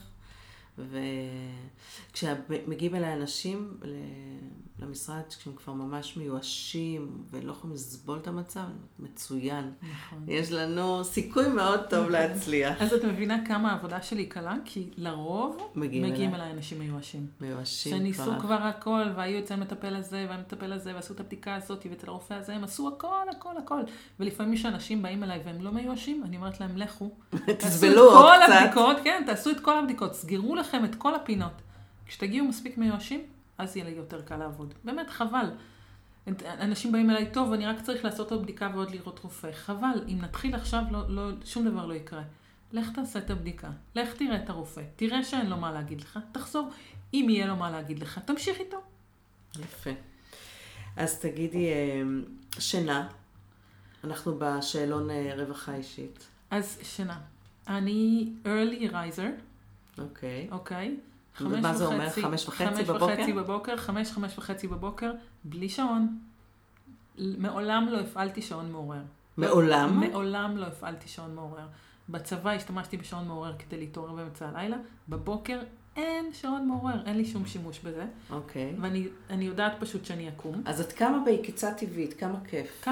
וכשמגיעים אליי אנשים למשרד, כשהם כבר ממש מיואשים ולא יכולים לסבול את המצב, מצוין. נכון. יש לנו סיכוי מאוד טוב להצליח. אז את מבינה כמה העבודה שלי קלה? כי לרוב מגיעים אליי אנשים מיואשים. מיואשים כבר. שניסו כבר הכל, והיו אצל המטפל הזה, והמטפל הזה, ועשו את הבדיקה הזאת, ואצל הרופא הזה, הם עשו הכל, הכל, הכל. ולפעמים שאנשים באים אליי והם לא מיואשים, אני אומרת להם, לכו. תסבלו עוד קצת. הבדיקות, כן, תעשו את כל הבדיקות, סגרו לכם את כל הפינות. כשתגיעו מספיק מיואשים, אז יהיה לי יותר קל לעבוד. באמת, חבל. אנשים באים אליי, טוב, אני רק צריך לעשות עוד בדיקה ועוד לראות רופא. חבל, אם נתחיל עכשיו, שום דבר לא יקרה. לך תעשה את הבדיקה, לך תראה את הרופא, תראה שאין לו מה להגיד לך, תחזור. אם יהיה לו מה להגיד לך, תמשיך איתו. יפה. אז תגידי, שינה, אנחנו בשאלון רווחה אישית. אז שינה. אני early riser. אוקיי. אוקיי. מה זה אומר? 5:30 בבוקר? 5:30 בבוקר, 5:30 בבוקר, בלי שעון. מעולם לא הפעלתי שעון מעורר. מעולם? מעולם לא הפעלתי שעון מעורר. בצבא השתמשתי בשעון מעורר כדי להתעורר באמצע הלילה. בבוקר אין שעון מעורר, אין לי שום שימוש בזה. אוקיי. ואני יודעת פשוט שאני אקום. אז את קמה בעקיצה טבעית, כמה כיף.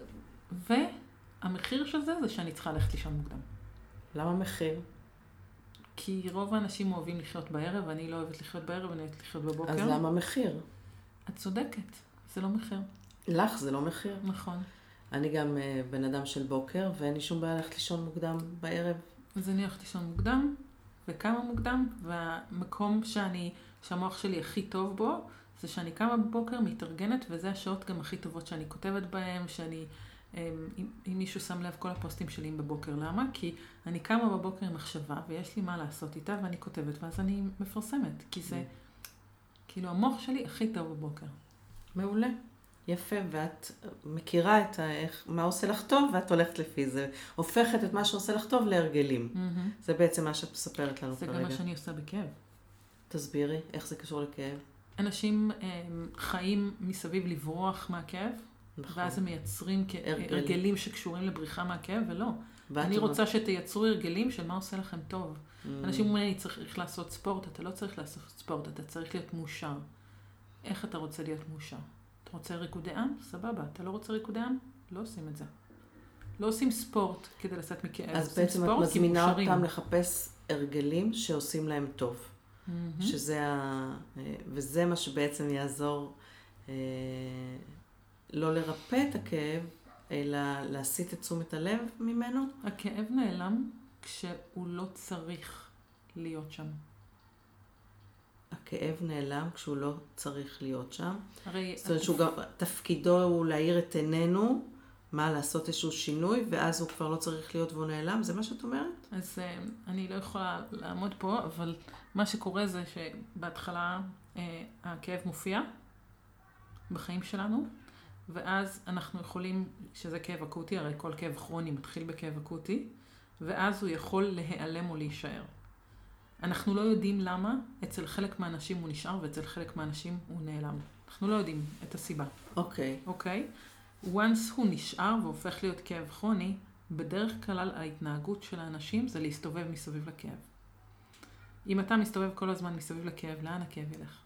והמחיר של זה שאני צריכה ללכת לישון מוקדם. למה מחיר? כי רוב האנשים אוהבים לחיות בערב, ואני לא אוהבת לחיות בערב, אני אוהבת לחיות בבוקר. אז למה מחיר? את צודקת, זה לא מחיר. לך זה לא מחיר. נכון. אני גם בן אדם של בוקר, ואין לי שום בעיה ללכת לישון מוקדם בערב. אז אני הולכת לישון מוקדם, וכמה מוקדם, והמקום שהמוח שלי הכי טוב בו, זה שאני קמה בבוקר, מתארגנת, וזה השעות גם הכי טובות שאני כותבת בהן, אם מישהו שם לב כל הפוסטים שלי בבוקר. למה? כי אני קמה בבוקר עם מחשבה, ויש לי מה לעשות איתה, ואני כותבת, ואז אני מפרסמת, כי זה, כאילו, המוח שלי הכי טוב בבוקר. מעולה. יפה, ואת מכירה מה עושה לך טוב, ואת הולכת לפי זה. הופכת את מה שעושה לך טוב להרגלים. זה בעצם מה שאת מספרת לנו כרגע. זה גם מה שאני עושה בכאב. תסבירי, איך זה קשור לכאב? אנשים חיים מסביב לברוח מהכאב, נכון. ואז הם מייצרים הרגלים שקשורים לבריחה מהכאב, ולא. אני רוצה שתייצרו הרגלים של מה עושה לכם טוב. אנשים אומרים, אני צריך לעשות ספורט, אתה לא צריך לעשות ספורט, אתה צריך להיות מאושר. איך אתה רוצה להיות מאושר? אתה רוצה ריקודי עם? סבבה. אתה לא רוצה ריקודי עם? לא עושים את זה. לא עושים ספורט כדי לצאת מכאב. אז בעצם את מזמינה אותם לחפש הרגלים שעושים להם טוב. וזה מה שבעצם יעזור לא לרפא את הכאב, אלא להסיט את תשומת הלב ממנו. הכאב נעלם כשהוא לא צריך להיות שם. הכאב נעלם כשהוא לא צריך להיות שם. זאת אומרת שהוא גם, תפקידו הוא להאיר את עינינו, מה לעשות איזשהו שינוי, ואז הוא כבר לא צריך להיות והוא נעלם, זה מה שאת אומרת? אז אני לא יכולה לעמוד פה, אבל מה שקורה זה שבהתחלה הכאב מופיע בחיים שלנו, ואז אנחנו יכולים, שזה כאב אקוטי, הרי כל כאב כרוני מתחיל בכאב אקוטי, ואז הוא יכול להיעלם או להישאר. אנחנו לא יודעים למה אצל חלק מהאנשים הוא נשאר ואצל חלק מהאנשים הוא נעלם. אנחנו לא יודעים את הסיבה. אוקיי? once הוא נשאר והופך להיות כאב כרוני, בדרך כלל ההתנהגות של האנשים זה להסתובב מסביב לכאב. אם אתה מסתובב כל הזמן מסביב לכאב, לאן הכאב ילך?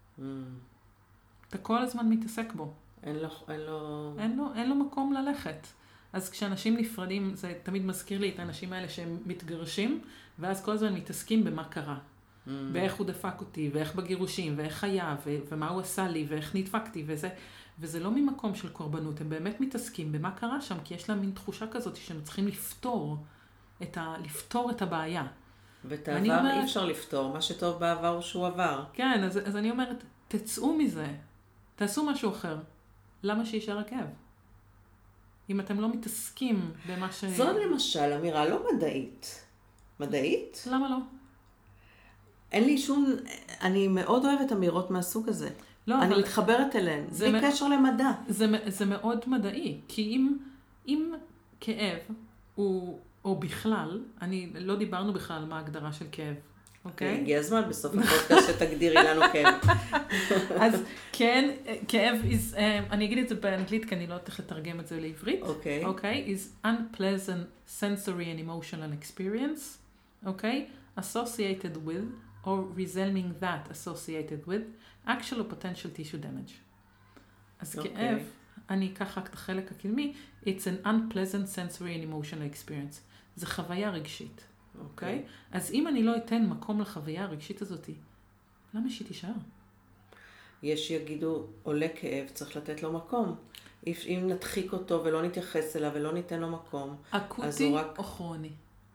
אתה כל הזמן מתעסק בו. אין לו מקום ללכת. אז כשאנשים נפרדים, זה תמיד מזכיר לי את האנשים האלה שהם מתגרשים, ואז כל הזמן מתעסקים במה קרה. באיך הוא דפק אותי, ואיך בגירושים, ואיך היה, ומה הוא עשה לי, ואיך נדפקתי, וזה לא ממקום של קורבנות, הם באמת מתעסקים במה קרה שם, כי יש להם מין תחושה כזאת שהם צריכים לפתור את הבעיה. ואת העבר אי אפשר לפתור, מה שטוב בעבר הוא שהוא עבר. כן, אז אני אומרת, תצאו מזה, תעשו משהו אחר. למה שישאר הכאב? אם אתם לא מתעסקים במה זאת למשל אמירה לא מדעית. מדעית? למה לא? אין לי שום, אני מאוד אוהבת אמירות מהסוג הזה. לא, אני מתחברת אליהן, בלי קשר למדע. זה מאוד מדעי, כי אם כאב הוא, או בכלל, לא דיברנו בכלל מה ההגדרה של כאב. אוקיי? הגיע הזמן בסוף הפודקאסט שתגדירי לנו כאב. אז כן, כאב אני אגיד את זה באנגלית, כי אני לא הולכת לתרגם את זה לעברית. אוקיי? is unpleasant sensory and emotional experience, אוקיי? associated with or resembling that associated with actual or potential tissue damage. אז כאב, אני אקח רק את החלק הקדמי, it's an unpleasant sensory and emotional experience. זה חוויה רגשית. אוקיי? אז אם אני לא אתן מקום לחוויה הרגשית הזאת, למה שהיא תישאר? יש יגידו, עולה כאב, צריך לתת לו מקום. אם נדחיק אותו ולא נתייחס אליו ולא ניתן לו מקום, אקוטי או כרוני?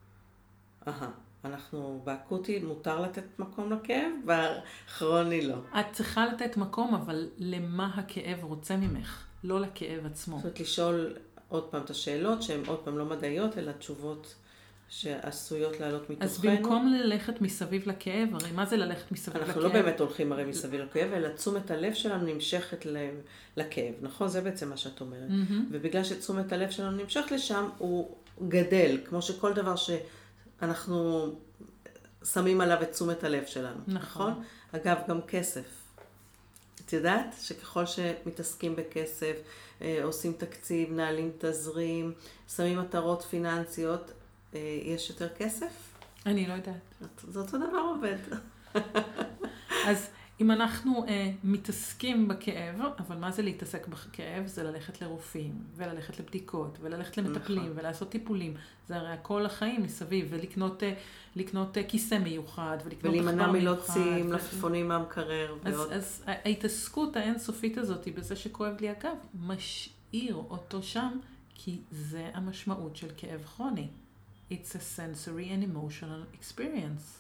אנחנו באקוטי מותר לתת מקום לכאב, בכרוני לא. את צריכה לתת מקום, אבל למה הכאב רוצה ממך? לא לכאב עצמו. זאת אומרת, לשאול עוד פעם את השאלות, שהן עוד פעם לא מדעיות, אלא תשובות שעשויות לעלות מתוכנו. אז במקום ללכת מסביב לכאב, הרי מה זה ללכת מסביב לכאב? אנחנו לא באמת הולכים הרי מסביב לכאב, אלא תשומת הלב שלנו נמשכת לכאב, נכון? זה בעצם מה שאת אומרת. ובגלל שתשומת הלב שלנו נמשכת לשם, הוא גדל, כמו שכל דבר שאנחנו שמים עליו את תשומת הלב שלנו, נכון? אגב, גם כסף. את יודעת שככל שמתעסקים בכסף, עושים תקציב, נעלים תזרים, שמים מטרות פיננסיות, יש יותר כסף? אני לא יודעת. זה אותו דבר עובד. אז אם אנחנו מתעסקים בכאב, אבל מה זה להתעסק בכאב? זה ללכת לרופאים, וללכת לבדיקות, וללכת למטפלים, ולעשות טיפולים. זה הרי הכל החיים מסביב, ולקנות כיסא מיוחד, ולקנות ולהימנע עכבר מיוחד. מלהוציא מלפפונים מהמקרר. אז ההתעסקות האינסופית הזאת, בזה שכואב לי הגב, משאיר אותו שם, כי זה המשמעות של כאב כרוני. It's a sensory and emotional experience.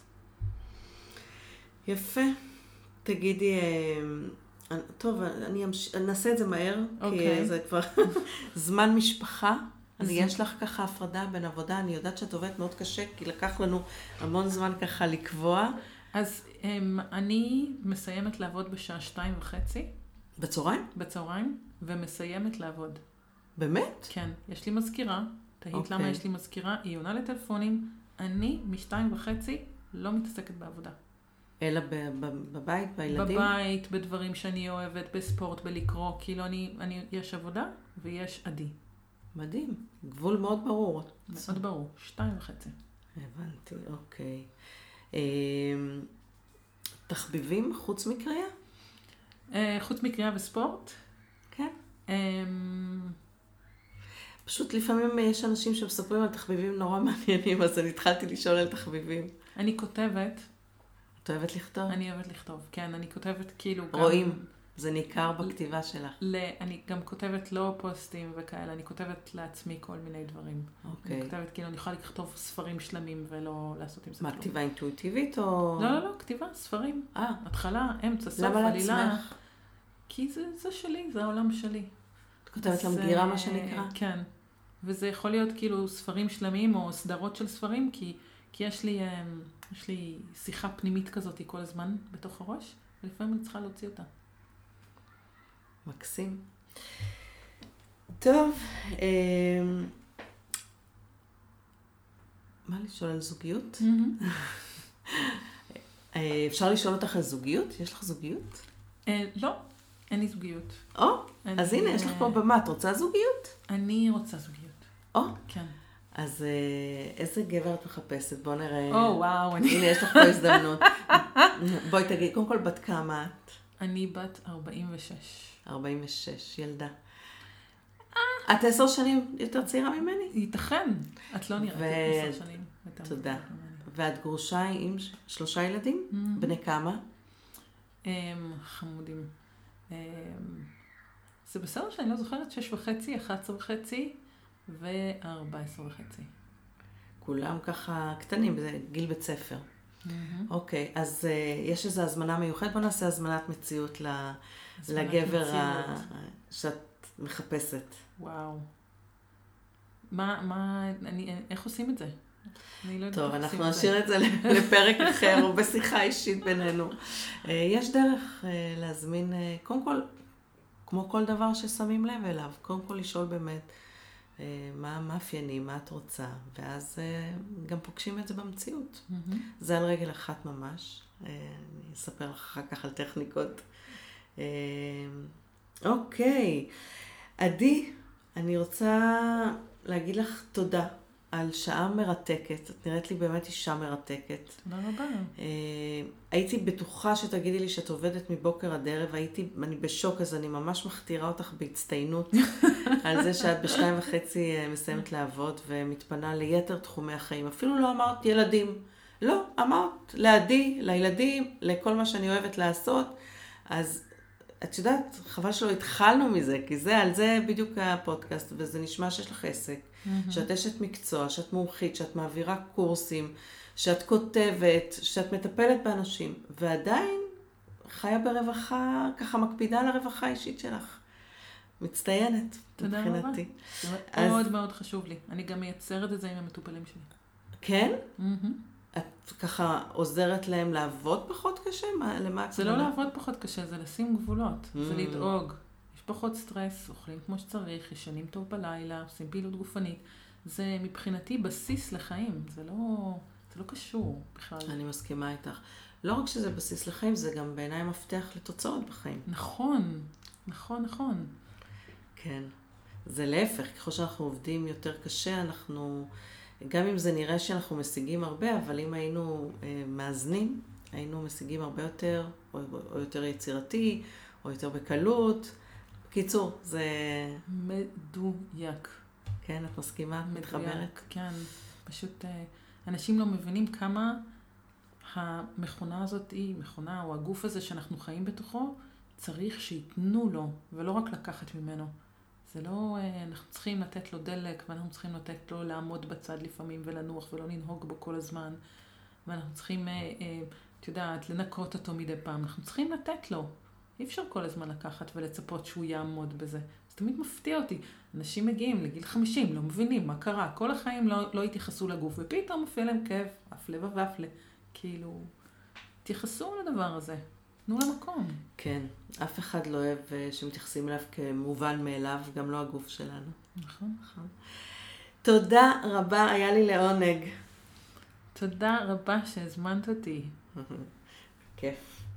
יפה. תגידי, טוב, אני אנסה את זה מהר, כי זה כבר זמן משפחה. יש לך ככה הפרדה בין עבודה, אני יודעת שאת עובדת מאוד קשה, כי לקח לנו המון זמן ככה לקבוע. אז אני מסיימת לעבוד בשעה 2:30. בצהריים? בצהריים, ומסיימת לעבוד. באמת? כן, יש לי מזכירה. תהית למה יש לי מזכירה, היא עונה לטלפונים. אני מ2:30 לא מתעסקת בעבודה. אלא בבית, בילדים? בבית, בדברים שאני אוהבת, בספורט, בלקרוא, כאילו יש עבודה ויש עדי. מדהים, גבול מאוד ברור. מאוד ברור, 2:30. הבנתי, אוקיי. תחביבים חוץ מקריאה? חוץ מקריאה וספורט? כן. פשוט לפעמים יש אנשים שמספרים על תחביבים נורא מעניינים, אז אני התחלתי לשאול על תחביבים. אני כותבת. את אוהבת לכתוב? אני אוהבת לכתוב, כן, אני כותבת כאילו רואים, זה ניכר בכתיבה שלך. אני גם כותבת לא פוסטים וכאלה, אני כותבת לעצמי כל מיני דברים. אוקיי. אני כותבת כאילו, אני יכולה לכתוב ספרים שלמים ולא לעשות עם זה מה, כלום. כתיבה אינטואיטיבית או... לא, כתיבה, ספרים. התחלה, אמצע, סוף, למה עלילה. לעצמך? כי זה שלי, זה העולם שלי. את כותבת למגירה מה שנקרא? כן. וזה יכול להיות כאילו ספרים שלמים או סדרות של ספרים, כי יש לי שיחה פנימית כזאת כל הזמן בתוך הראש, ולפעמים אני צריכה להוציא אותה. מקסים. טוב, מה לשאול על זוגיות? אפשר לשאול אותך על זוגיות? יש לך זוגיות? לא, אין לי זוגיות. אז הנה, יש לך פה במה, את רוצה זוגיות? אני רוצה זוגיות. כן. אז איזה גבר את מחפשת? בוא נראה. וואו. הנה, יש לך פה הזדמנות. בואי תגיד, קודם כל בת כמה את? אני בת 46. 46, ילדה. את 10 שנים יותר צעירה ממני? ייתכן. את לא נראית 10 שנים. תודה. ואת גרושה עם 3 ילדים? בני כמה? חמודים. זה בסדר שאני לא זוכרת 6.5, 11.5 ו14.5. כולם ככה קטנים, זה גיל בית ספר. אוקיי, אז יש איזו הזמנה מיוחדת, בוא נעשה הזמנת מציאות לגבר שאת מחפשת. וואו. איך עושים את זה? טוב, אנחנו נשאיר את זה לפרק אחר, או בשיחה אישית בינינו. יש דרך להזמין, קודם כל, כמו כל דבר ששמים לב אליו, קודם כל לשאול באמת מה המאפיינים, מה את רוצה, ואז גם פוגשים את זה במציאות. זה על רגל אחת ממש. אני אספר לך אחר כך על טכניקות. אוקיי. עדי, אני רוצה להגיד לך תודה על שעה מרתקת. את נראית לי באמת אישה מרתקת. תודה רבה. הייתי בטוחה שתגידי לי שאת עובדת מבוקר עד ערב. אני בשוק, אז אני ממש מכתירה אותך בהצטיינות על זה שאת ב2:30 מסיימת לעבוד ומתפנה ליתר תחומי החיים. אפילו לא אמרת ילדים. לא, אמרת לעדי, לילדים, לכל מה שאני אוהבת לעשות. אז את יודעת, חבל שלא התחלנו מזה, כי על זה בדיוק הפודקאסט, וזה נשמע שיש לך עסק. שאת אשת מקצוע, שאת מומחית, שאת מעבירה קורסים, שאת כותבת, שאת מטפלת באנשים, ועדיין חיה ברווחה, ככה מקפידה על הרווחה האישית שלך. מצטיינת, מבחינתי. תודה רבה. מאוד מאוד חשוב לי. אני גם מייצרת את זה עם המטופלים שלי. כן? את ככה עוזרת להם לעבוד פחות קשה? זה לא לעבוד פחות קשה, זה לשים גבולות. זה לדאוג. יש פחות סטרס, אוכלים כמו שצריך, ישנים טוב בלילה, עושים פעילות גופנית. זה מבחינתי בסיס לחיים. זה לא קשור בכלל. אני מסכימה איתך. לא רק שזה בסיס לחיים, זה גם בעיניי מפתח לתוצאות בחיים. נכון, נכון, נכון. כן. זה להפך, ככל שאנחנו עובדים יותר קשה, אנחנו, גם אם זה נראה שאנחנו משיגים הרבה, אבל אם היינו מאזנים, היינו משיגים הרבה יותר, או יותר יצירתי, או יותר בקלות. בקיצור, זה... מדויק. כן, את מסכימה? מתחברת? כן, פשוט אנשים לא מבינים כמה המכונה הזאת היא מכונה, או הגוף הזה שאנחנו חיים בתוכו, צריך שיתנו לו, ולא רק לקחת ממנו. זה לא, אנחנו צריכים לתת לו דלק, ואנחנו צריכים לתת לו לעמוד בצד לפעמים ולנוח ולא לנהוג בו כל הזמן. ואנחנו צריכים, את יודעת, לנקות אותו מדי פעם. אנחנו צריכים לתת לו. אי אפשר כל הזמן לקחת ולצפות שהוא יעמוד בזה. זה תמיד מפתיע אותי. אנשים מגיעים לגיל 50, לא מבינים מה קרה. כל החיים לא התייחסו לגוף, ופתאום מופיע להם כאב, אפלה ואפלה. כאילו, תייחסו לדבר הזה. תנו למקום. כן, אף אחד לא אוהב שמתייחסים אליו כמובן מאליו, גם לא הגוף שלנו. נכון. תודה רבה, היה לי לעונג. תודה רבה שהזמנת אותי. כיף.